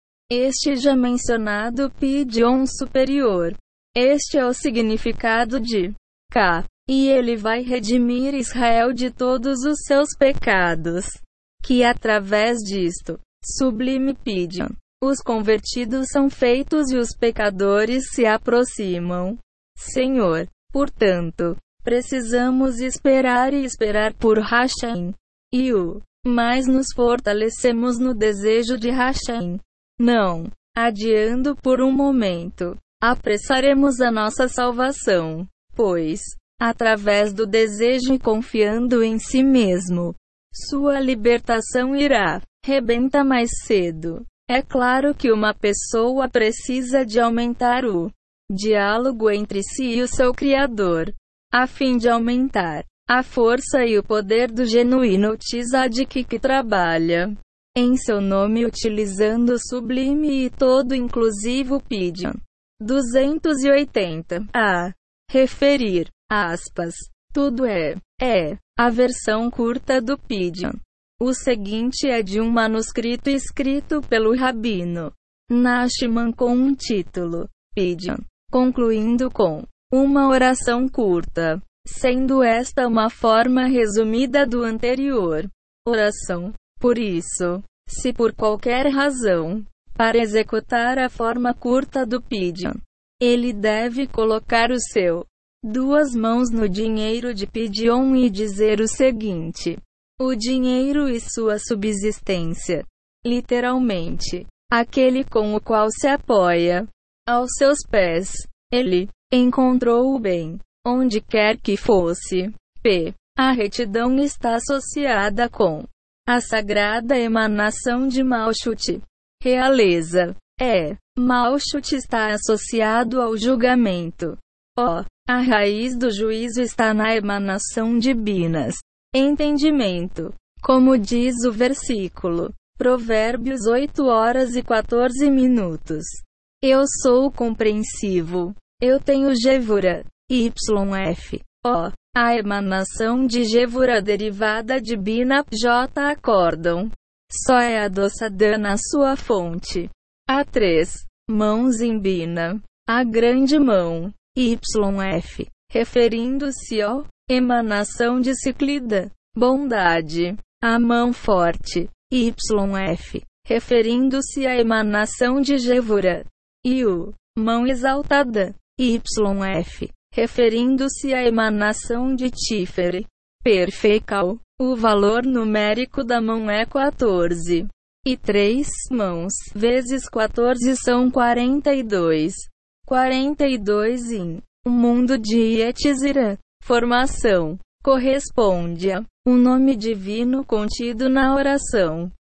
este já mencionado Pidyon superior. Este é o significado de K. E ele vai redimir Israel de todos os seus pecados. Que através disto, sublime Pidyon, os convertidos são feitos e os pecadores se aproximam. Senhor, portanto, precisamos esperar e esperar por Hashem. E o mais nos fortalecemos no desejo de Hashem. Não adiando por um momento, apressaremos a nossa salvação, pois, através do desejo e confiando em si mesmo, sua libertação irá rebenta mais cedo. É claro que uma pessoa precisa de aumentar o diálogo entre si e o seu Criador, a fim de aumentar a força e o poder do genuíno Tzaddik que trabalha em seu nome utilizando o sublime e todo inclusivo Pidyon. duzentos e oitenta. A referir, aspas, tudo é, é, a versão curta do Pidyon. O seguinte é de um manuscrito escrito pelo Rabino Nachman com um título, Pidyon, concluindo com uma oração curta, sendo esta uma forma resumida do anterior. Oração. Por isso, se por qualquer razão, para executar a forma curta do Pidyon, ele deve colocar o seu duas mãos no dinheiro de Pidyon e dizer o seguinte: o dinheiro e sua subsistência, literalmente, aquele com o qual se apoia, aos seus pés, ele encontrou o bem, onde quer que fosse. P. A retidão está associada com a sagrada emanação de Malchut, realeza. É. Malchut está associado ao julgamento. O. A raiz do juízo está na emanação de Binas, entendimento. Como diz o versículo, Provérbios oito horas e quatorze minutos. Eu sou compreensivo. Eu tenho Gevura. Y F. O. A emanação de Gevura derivada de Bina, J. Acordam. Só é adoçada na sua fonte. Há três mãos em Bina. A grande mão, Y F. Referindo-se ao emanação de Ciclida, bondade. A mão forte, Y F. Referindo-se à emanação de Gevura. E o mão exaltada, Y F. Referindo-se à emanação de Tiferet. Perfecal. O valor numérico da mão é quatorze. E três mãos vezes quatorze são quarenta e dois. quarenta e dois em o mundo de Yetzirah. Formação. Corresponde a um nome divino contido na oração.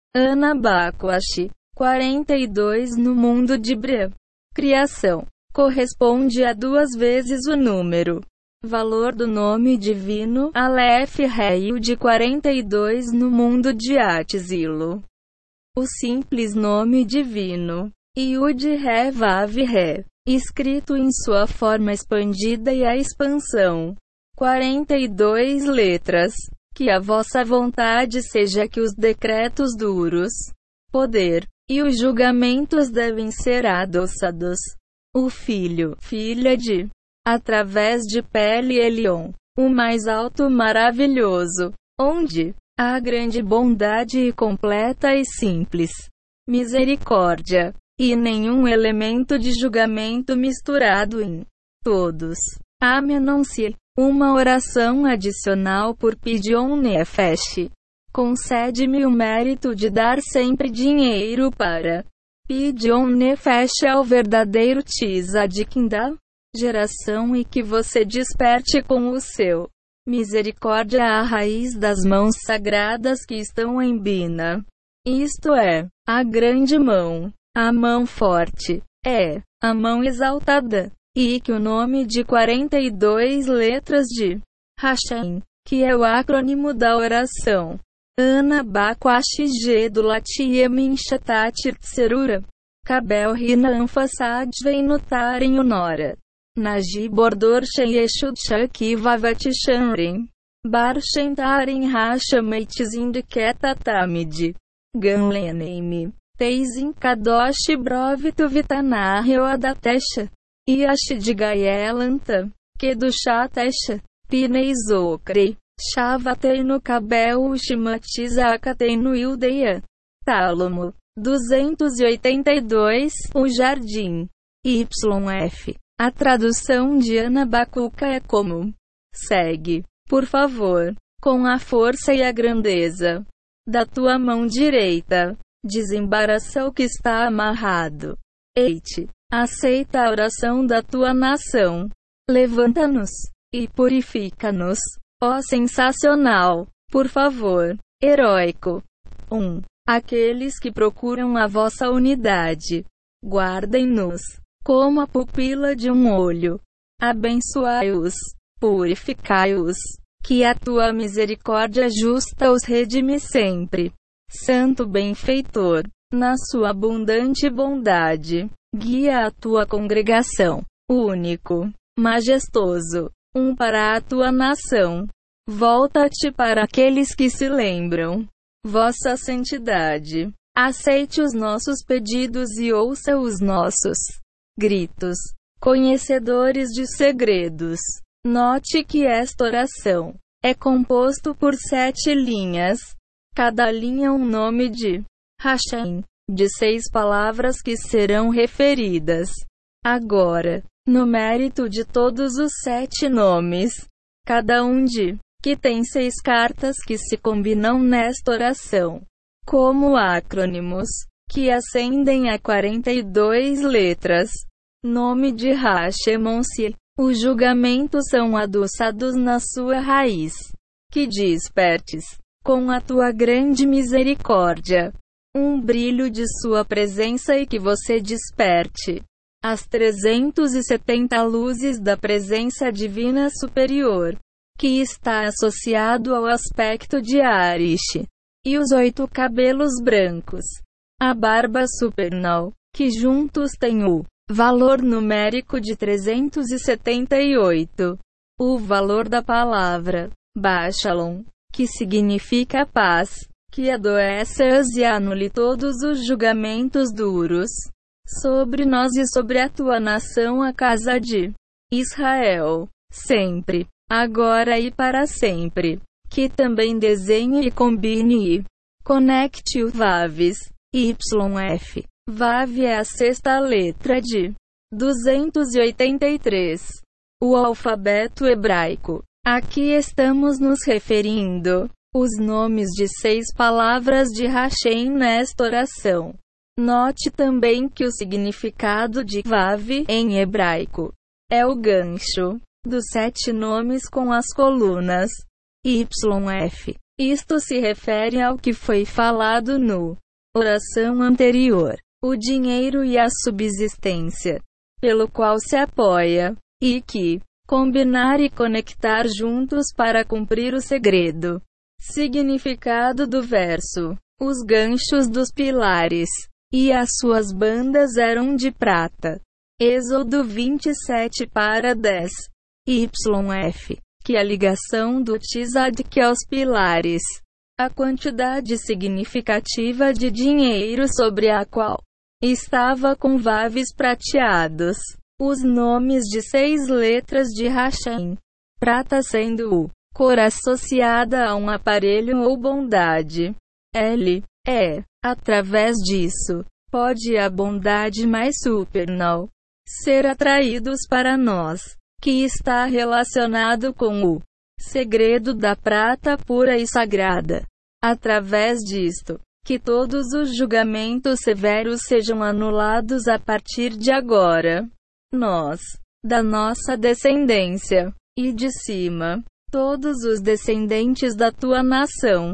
Anabacuashi. quarenta e dois no mundo de Bre. Criação. Corresponde a duas vezes o número. Valor do nome divino, Aleph Rei de quarenta e dois no mundo de Atzilo. O simples nome divino. Yud Re Vav Re. Escrito em sua forma expandida e a expansão. quarenta e duas letras. Que a vossa vontade seja que os decretos duros, poder, e os julgamentos devem ser adoçados. O filho, filha de, através de Pele Elion, o mais alto maravilhoso, onde há grande bondade e completa e simples misericórdia, e nenhum elemento de julgamento misturado em todos. Amenon-se. Uma oração adicional por Pidyon Nefesh. Concede-me o mérito de dar sempre dinheiro para Pidyon Nefesh ao verdadeiro Tzadik da geração e que você desperte com o seu misericórdia a raiz das mãos sagradas que estão em Bina. Isto é, a grande mão, a mão forte, é, a mão exaltada. E que o nome de quarenta e duas letras de Hashem, que é o acrônimo da oração, Anabacuashi Gedulat Minshatat Tserura, Kabel Rina Anfasad Veinotarem Unora, Naji Bordor Sheyeshut Shaki Vavatishanren, Barshentaren Hashameites Indiketa Tamid, Ganleneime, Teizin Kadosh Brovitu Vitana Reoadatesha. Iashi de Gaelanta, Kedushatesha, Pineizokre, Shavatei no Kabel Ushimatizacatei no Ildeia. Tálamo. duzentos e oitenta e dois, o jardim. Y F. A tradução de Anabacuca é como segue, por favor, com a força e a grandeza da tua mão direita, desembaraça o que está amarrado. Eite. Aceita a oração da tua nação. Levanta-nos e purifica-nos. Ó sensacional, por favor, heróico. um. Aqueles que procuram a vossa unidade, guardem-nos como a pupila de um olho. Abençoai-os, purificai-os, que a tua misericórdia justa os redime sempre. Santo benfeitor, na sua abundante bondade, guia a tua congregação, único, majestoso, um para a tua nação. Volta-te para aqueles que se lembram. Vossa santidade, aceite os nossos pedidos e ouça os nossos gritos. Conhecedores de segredos, note que esta oração é composto por sete linhas. Cada linha um nome de Hashem, de seis palavras que serão referidas agora, no mérito de todos os sete nomes, cada um de que tem seis cartas que se combinam nesta oração, como acrônimos, que ascendem a quarenta e duas letras. Nome de Hashemon-se. Os julgamentos são adoçados na sua raiz. Que despertes, com a tua grande misericórdia, um brilho de sua presença e que você desperte as trezentas e setenta luzes da presença divina superior, que está associado ao aspecto de Arish, e os oito cabelos brancos, a barba supernal, que juntos têm o valor numérico de trezentos e setenta e oito, o valor da palavra Bashalom, que significa paz, que adoeças e anule todos os julgamentos duros sobre nós e sobre a tua nação, a casa de Israel, sempre, agora e para sempre. Que também desenhe e combine e conecte o Vaves. Y F. Vav é a sexta letra de duzentos e oitenta e três. O alfabeto hebraico. Aqui estamos nos referindo os nomes de seis palavras de Hashem nesta oração. Note também que o significado de Vav em hebraico é o gancho dos sete nomes com as colunas. Y F. Isto se refere ao que foi falado no oração anterior, o dinheiro e a subsistência, pelo qual se apoia, e que combinar e conectar juntos para cumprir o segredo. Significado do verso: os ganchos dos pilares e as suas bandas eram de prata. Êxodo vinte e sete para dez. Y F. Que a ligação do tzaddik aos pilares. A quantidade significativa de dinheiro sobre a qual estava com vaves prateados. Os nomes de seis letras de Hashem. Prata sendo o cor associada a um aparelho ou bondade. L. É. Através disso, pode a bondade mais supernal ser atraídos para nós, que está relacionado com o segredo da prata pura e sagrada. Através disto, que todos os julgamentos severos sejam anulados a partir de agora. Nós, da nossa descendência, e de cima, todos os descendentes da tua nação,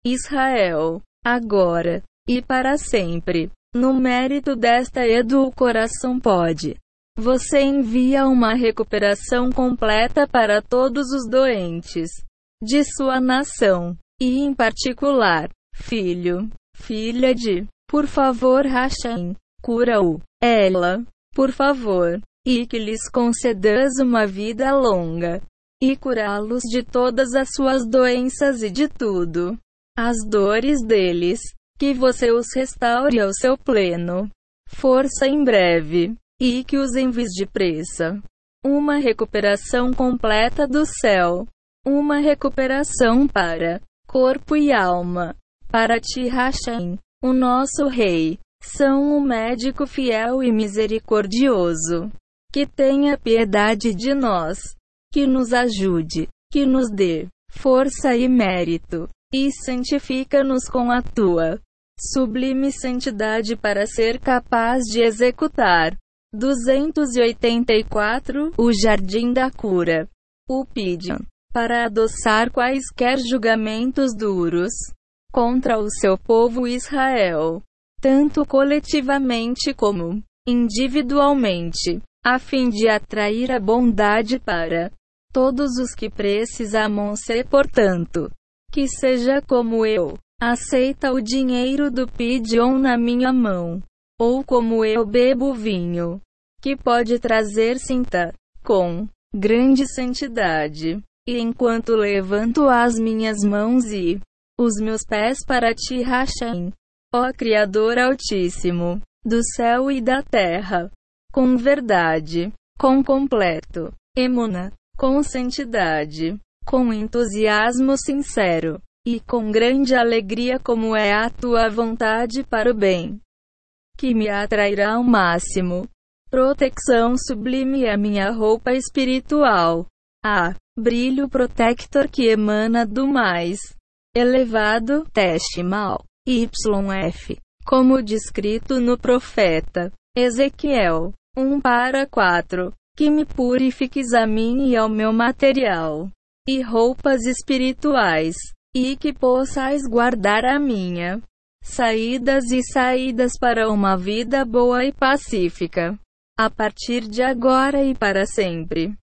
Israel, agora, e para sempre. No mérito desta Edu o coração pode. Você envia uma recuperação completa para todos os doentes de sua nação, e em particular, filho, filha de, por favor Hashem, cura-o, ela, por favor, e que lhes concedas uma vida longa, e curá-los de todas as suas doenças e de tudo, as dores deles, que você os restaure ao seu pleno força em breve, e que os envies depressa. Uma recuperação completa do céu, uma recuperação para corpo e alma, para ti Hashem, o nosso Rei, são um médico fiel e misericordioso, que tenha piedade de nós, que nos ajude, que nos dê força e mérito, e santifica-nos com a tua sublime santidade para ser capaz de executar. duzentos e oitenta e quatro O Jardim da Cura. O Pidyon, para adoçar quaisquer julgamentos duros contra o seu povo Israel, tanto coletivamente como individualmente, a fim de atrair a bondade para todos os que precisam ser, portanto, que seja como eu, aceita o dinheiro do Pidyon na minha mão, ou como eu bebo vinho, que pode trazer cinta, com grande santidade, e enquanto levanto as minhas mãos e os meus pés para ti Hashem, ó Criador Altíssimo, do céu e da terra, com verdade, com completo emuna, com santidade, com entusiasmo sincero, e com grande alegria como é a tua vontade para o bem, que me atrairá ao máximo. Proteção sublime é a minha roupa espiritual. A brilho protector que emana do mais elevado Teshmal. Y F. Como descrito no profeta Ezequiel um para quatro. Que me purifiques a mim e ao meu material e roupas espirituais, e que possais guardar a minha saídas e saídas para uma vida boa e pacífica, a partir de agora e para sempre.